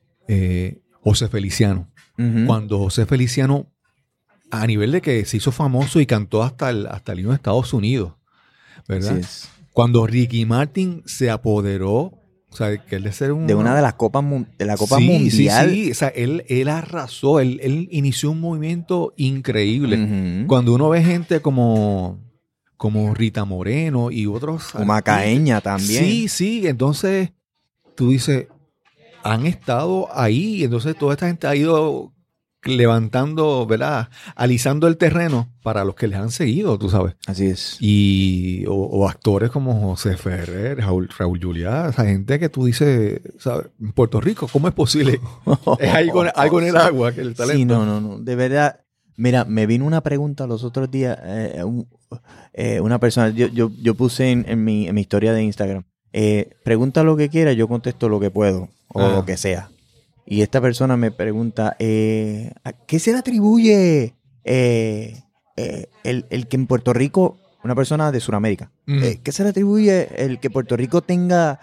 eh, José Feliciano. Uh-huh. Cuando José Feliciano, a nivel de que se hizo famoso y cantó hasta el, hasta el himno de Estados Unidos, ¿verdad? Sí es. Cuando Ricky Martin se apoderó, o sea, que él de ser un... De una de las copas, de la Copa sí, Mundial. Sí, sí, o sea, él, él arrasó, él, él inició un movimiento increíble. Uh-huh. Cuando uno ve gente como, como Rita Moreno y otros... O Macaeña también. Sí, sí, entonces tú dices, han estado ahí, entonces toda esta gente ha ido levantando, ¿verdad? Alisando el terreno para los que les han seguido, tú sabes. Así es. Y, o, o actores como José Ferrer, Raúl, Raúl Juliá, esa gente que tú dices, ¿sabes? En Puerto Rico, ¿cómo es posible? Es algo, algo en el agua, que el talento. Sí, no, no, no. De verdad, mira, me vino una pregunta los otros días, eh, un, eh, una persona, yo, yo, yo puse en, en, mi, en mi historia de Instagram, eh, pregunta lo que quiera, yo contesto lo que puedo, o ah. lo que sea. Y esta persona me pregunta, eh, ¿a qué se le atribuye eh, eh, el, el que en Puerto Rico, una persona de Sudamérica, mm. eh, ¿qué se le atribuye el que Puerto Rico tenga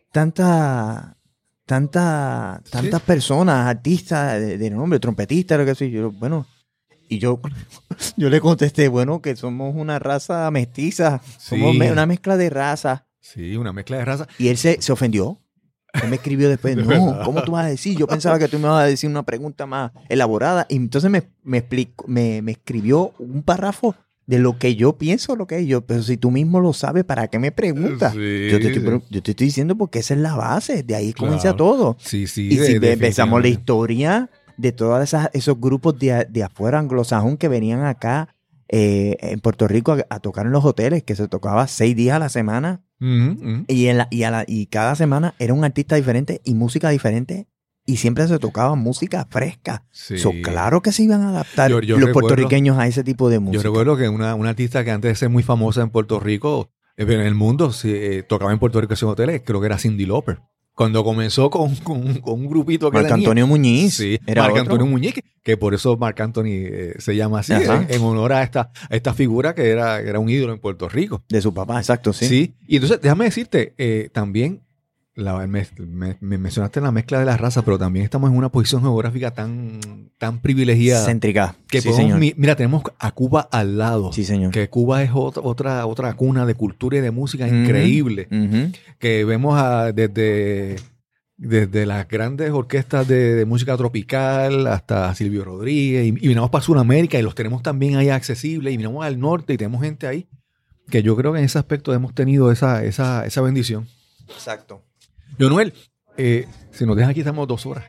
tanta, tanta, tantas ¿Sí? personas, artistas de, de nombre, trompetistas, lo que sea? Yo, bueno, y yo, yo le contesté, bueno, que somos una raza mestiza, sí. somos una mezcla de razas. Sí, una mezcla de razas. Y él se, se ofendió. Él me escribió después, no, ¿cómo tú vas a decir? Yo pensaba que tú me ibas a decir una pregunta más elaborada. Y entonces me, me, explicó, me, me escribió un párrafo de lo que yo pienso, lo que es yo. Pero si tú mismo lo sabes, ¿para qué me preguntas? Sí, yo, te estoy, sí. yo te estoy diciendo porque esa es la base. De ahí claro. comienza todo. Sí, sí, y de, si empezamos la historia de todos esos grupos de, de afuera anglosajón que venían acá eh, en Puerto Rico a, a tocar en los hoteles, que se tocaba seis días a la semana. Uh-huh, uh-huh. Y, en la, y, a la, y cada semana era un artista diferente y música diferente y siempre se tocaba música fresca. Sí. So, claro que se iban a adaptar yo, yo los recuerdo, puertorriqueños a ese tipo de música. Yo recuerdo que una, una artista que antes de ser muy famosa en Puerto Rico, en el mundo, si, eh, tocaba en Puerto Rico en hoteles, creo que era Cyndi Lauper. Cuando comenzó con, con, con un grupito que Marc tenía. Antonio Muñiz. Sí, Marc Antonio Muñiz, que, que por eso Marc Anthony eh, se llama así, en, en honor a esta, a esta figura que era, que era un ídolo en Puerto Rico. De su papá, exacto, sí. Sí, y entonces déjame decirte, eh, también, la, me, me, me mencionaste la mezcla de las razas, pero también estamos en una posición geográfica tan, tan privilegiada. Céntrica. Que sí, podemos, señor. Mira, tenemos a Cuba al lado. Sí, señor. Que Cuba es otra, otra, otra cuna de cultura y de música uh-huh, increíble. Uh-huh. Que vemos a, desde... Desde las grandes orquestas de, de música tropical hasta Silvio Rodríguez, y, y vinamos para Sudamérica y los tenemos también ahí accesibles, y vinamos al norte y tenemos gente ahí, que yo creo que en ese aspecto hemos tenido esa, esa, esa bendición. Exacto. Leonuel, eh, si nos dejan aquí estamos dos horas.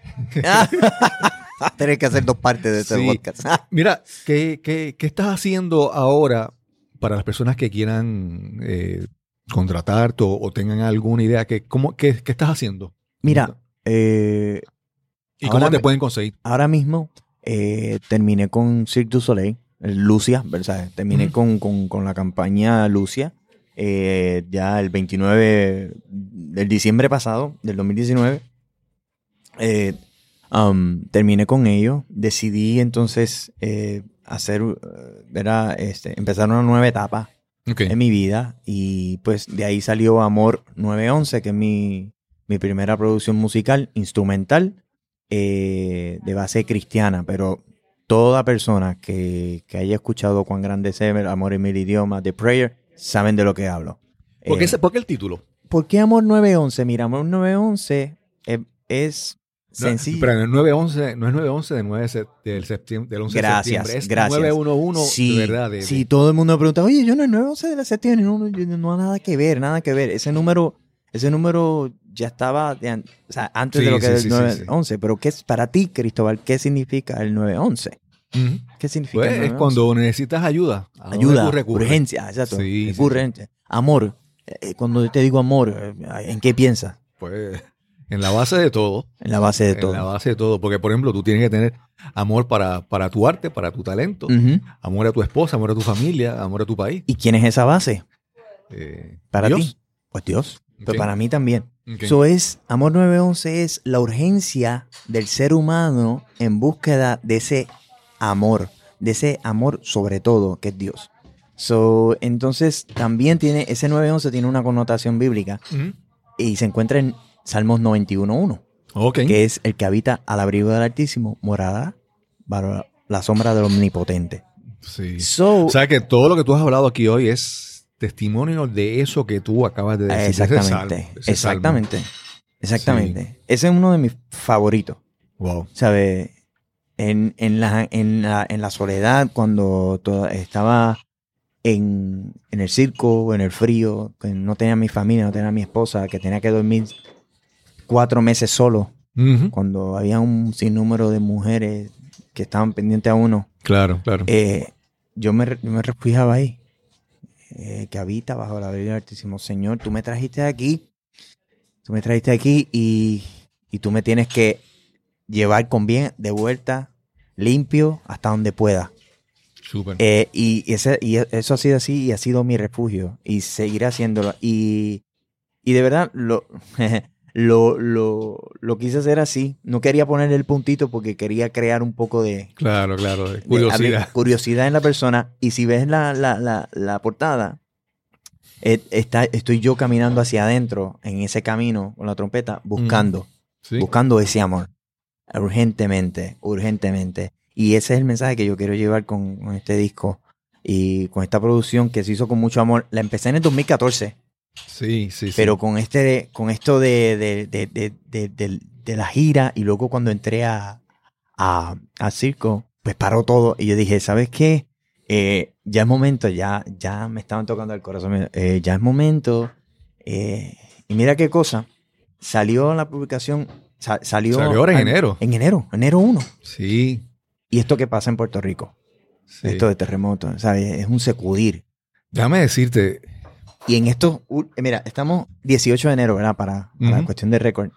Tienes que hacer dos partes de este sí. podcast. Mira, ¿qué, qué, ¿qué estás haciendo ahora para las personas que quieran eh, contratarte o, o tengan alguna idea? Que, ¿cómo, qué, ¿Qué estás haciendo? Mira, eh, ¿y cómo te pueden conseguir? Ahora mismo eh, terminé con Cirque du Soleil, Lucia, ¿verdad? Terminé uh-huh. con, con, con la campaña Lucia eh, ya el veintinueve del diciembre pasado, del dos mil diecinueve. Eh, um, terminé con ello. Decidí entonces eh, hacer, ¿verdad? Este, empezar una nueva etapa okay. en mi vida, y pues de ahí salió Amor nueve once, que es mi... mi primera producción musical, instrumental, eh, de base cristiana, pero toda persona que, que haya escuchado Cuán grande es el amor en mil idiomas, The Prayer, saben de lo que hablo. ¿Por qué, Eh, ¿Por qué el título? ¿Por qué Amor nueve once? Mira, Amor nueve once es, es sencillo. No, pero el nueve once no es nueve once de nueve se- del, septiembre, del once Gracias, de septiembre. Es gracias. nueve once Sí, de verdad. De, sí, de- todo el mundo me pregunta, oye, yo no el nueve once de la septiembre, no, no, yo- no, nada que ver, nada que ver. Ese número, ese número ya estaba de an- o sea, antes Sí, de lo que sí, es sí, el sí, nueve once. sí. Pero ¿qué es para ti, Cristóbal? ¿Qué significa el nueve once? Ujú. ¿Qué significa Pues el es nueve once? cuando necesitas ayuda. ¿A dónde Ayuda, tú recurres? urgencia, exacto. Sí, sí, recurrente. Amor. Eh, cuando te digo amor, eh, ¿en qué piensas? Pues en la base de todo. En la base de En todo. la base de todo. Porque, por ejemplo, tú tienes que tener amor para, para tu arte, para tu talento, Ujú. amor a tu esposa, amor a tu familia, amor a tu país. ¿Y quién es esa base? Eh, Para Dios. ti. Pues Dios. Pero Ok. para mí también. Ok. Eso es, Amor nueve once es la urgencia del ser humano en búsqueda de ese amor, de ese amor sobre todo, que es Dios. So, entonces, también tiene, ese nueve once tiene una connotación bíblica Ujú. y se encuentra en Salmos noventa y uno uno, Ok. que es el que habita al abrigo del Altísimo, morará bajo la sombra del Omnipotente. Sí. So, O sea que todo lo que tú has hablado aquí hoy es testimonio de eso que tú acabas de decir. exactamente, ese salmo, ese exactamente, exactamente. Ese es uno de mis favoritos. salmo. Wow. ¿Sabe? En, en, la, en, la, en la soledad, cuando toda- estaba en, en el circo, en el frío, que no tenía mi familia, no tenía mi esposa, que tenía que dormir cuatro meses solo, Ujú. cuando había un sinnúmero de mujeres que estaban pendientes a uno, Claro, claro. eh, yo, me, re- yo me refugiaba ahí, eh, que habita bajo la Biblia del Altísimo. Señor, tú me trajiste aquí, tú me trajiste aquí y, y tú me tienes que llevar con bien de vuelta, limpio, hasta donde pueda. Súper. Eh, y, ese, y eso ha sido así y ha sido mi refugio y seguirá haciéndolo. Y, y de verdad lo, lo, lo, lo quise hacer así. No quería ponerle el puntito porque quería crear un poco de, Claro, claro. de de Curiosidad. abrir- curiosidad en la persona. Y si ves la, la, la, la portada, eh, está, estoy yo caminando hacia adentro en ese camino con la trompeta, buscando, Sí. buscando ese amor. Urgentemente, urgentemente. Y ese es el mensaje que yo quiero llevar con, con este disco y con esta producción que se hizo con mucho amor. La empecé en el dos mil catorce, Sí, sí, sí. pero con este, con esto de, de, de, de, de, de- de la gira y luego cuando entré a, a, al circo, pues paró todo y yo dije, ¿sabes qué? Eh, ya es momento, ya, ya me estaban tocando el corazón, eh, ya es momento. eh, y mira qué cosa, salió la publicación, sa- salió, Salió ahora en al- enero. En enero, enero uno. Sí. Y esto que pasa en Puerto Rico, sí. esto de terremoto, ¿sabes? Es un sacudir. Déjame decirte. Y en esto, mira, estamos dieciocho de enero, ¿verdad? Para, para Ujú. cuestión de récord.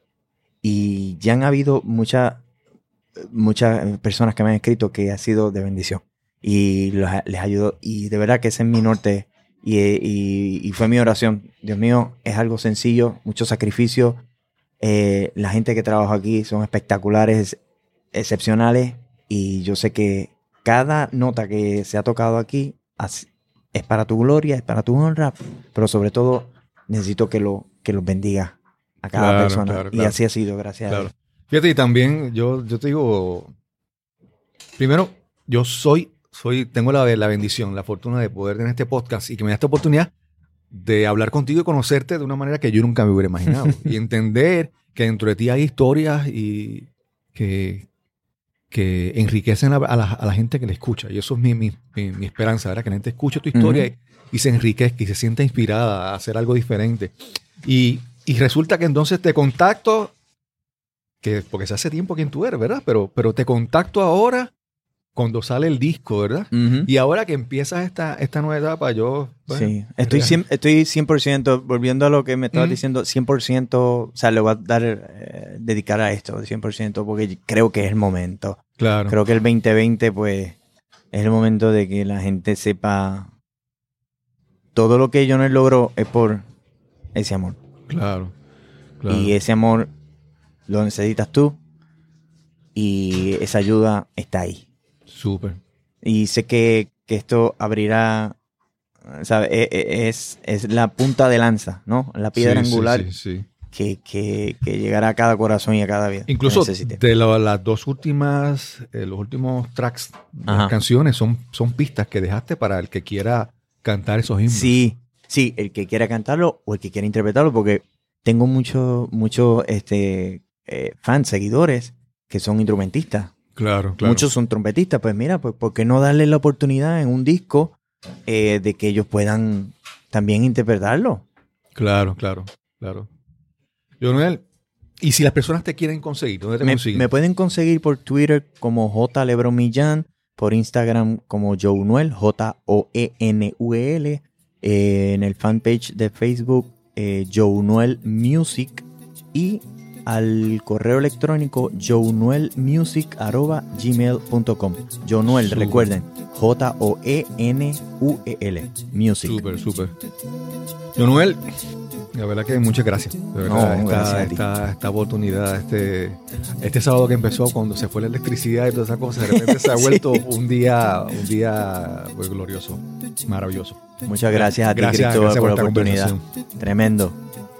Y ya han habido muchas muchas personas que me han escrito que ha sido de bendición. Y los- les ayudó. Y de verdad que ese es mi norte. Y, y- y fue mi oración. Dios mío, es algo sencillo, mucho sacrificio. Eh, la gente que trabaja aquí son espectaculares, excepcionales. Y yo sé que cada nota que se ha tocado aquí as- es para tu gloria, es para tu honra. Pero sobre todo, necesito que, lo, que los bendiga a cada Claro, persona. claro, y claro. así ha sido, gracias a Claro. Dios. Fíjate, y también yo, yo te digo, primero, yo soy, soy, tengo la, la bendición, la fortuna de poder tener este podcast y que me da esta oportunidad de hablar contigo y conocerte de una manera que yo nunca me hubiera imaginado. Y entender que dentro de ti hay historias y que, que enriquecen a, a la, a la gente que le escucha. Y eso es mi, mi, mi, mi esperanza, ¿verdad? Que la gente escuche tu historia Ujú. y, y se enriquezca y se sienta inspirada a hacer algo diferente. Y, y resulta que entonces te contacto, que, porque se hace tiempo quien tú eres, ¿verdad? Pero, pero te contacto ahora cuando sale el disco, ¿verdad? Ujú. Y ahora que empiezas esta, esta nueva etapa, yo... bueno, Sí, estoy, real. cien, estoy cien por ciento, volviendo a lo que me estabas Ujú. diciendo, cien por ciento, o sea, le voy a dar, eh, dedicar a esto, cien por ciento, porque creo que es el momento. Claro. Creo que el veinte veinte, pues, es el momento de que la gente sepa todo lo que Johnner logró es por ese amor. Claro. claro. Y ese amor lo necesitas tú y esa ayuda está ahí. Súper. Y sé que, que esto abrirá, ¿sabes? E- e- Es, es la punta de lanza, ¿no? La piedra Sí, sí, angular sí, sí. Que, que, que llegará a cada corazón y a cada vida. que Incluso necesite. de la- las dos últimas, eh, los últimos tracks, de Ajá. las canciones son, son pistas que dejaste para el que quiera cantar esos himnos. Sí, Sí, el que quiera cantarlo o el que quiera interpretarlo, porque tengo muchos muchos este, eh, fans, seguidores que son instrumentistas. Claro, claro. Muchos son trompetistas. Pues mira, pues ¿por qué no darle la oportunidad en un disco eh, de que ellos puedan también interpretarlo? Claro, claro, claro. Jonuel, y si las personas te quieren conseguir, ¿dónde te me, consiguen? Me pueden conseguir por Twitter como J. Lebron Millán, por Instagram como Jonuel, J O E N U E L, eh, en el fanpage de Facebook eh, Jonuel Music y al correo electrónico jonuelmusic arroba gmail punto com. Jonuel, super. Recuerden, J O E N U E L, Music. Súper, súper. Jonuel, la verdad que muchas gracias. De verdad, no, esta, gracias esta, esta oportunidad, este, este sábado que empezó cuando se fue la electricidad y todas esas cosas, de repente se ha vuelto sí. un día, un día pues, glorioso, maravilloso. Muchas gracias a ti, gracias, Cristóbal, gracias por la oportunidad. Tremendo.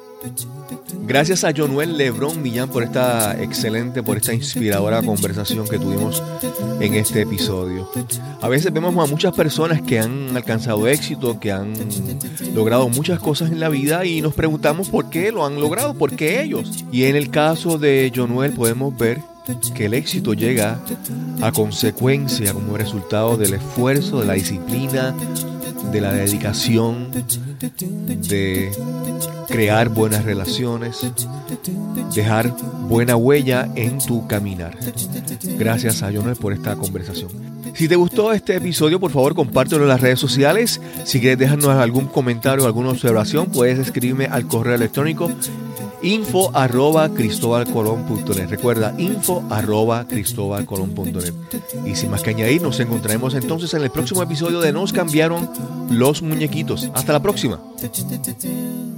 Gracias a Jonuel Lebron Millán por esta excelente, por esta inspiradora conversación que tuvimos en este episodio. A veces vemos a muchas personas que han alcanzado éxito, que han logrado muchas cosas en la vida y nos preguntamos por qué lo han logrado, por qué ellos. Y en el caso de Jonuel podemos ver que el éxito llega a consecuencia, como resultado del esfuerzo, de la disciplina, de la dedicación, de crear buenas relaciones, dejar buena huella en tu caminar. Gracias a Jonuel por esta conversación. Si te gustó este episodio, por favor, compártelo en las redes sociales. Si quieres dejarnos algún comentario o alguna observación, puedes escribirme al correo electrónico info arroba cristobalcolón punto net. Recuerda, info arroba cristobalcolón punto net. Y sin más que añadir, nos encontraremos entonces en el próximo episodio de Nos cambiaron los muñequitos. Hasta la próxima.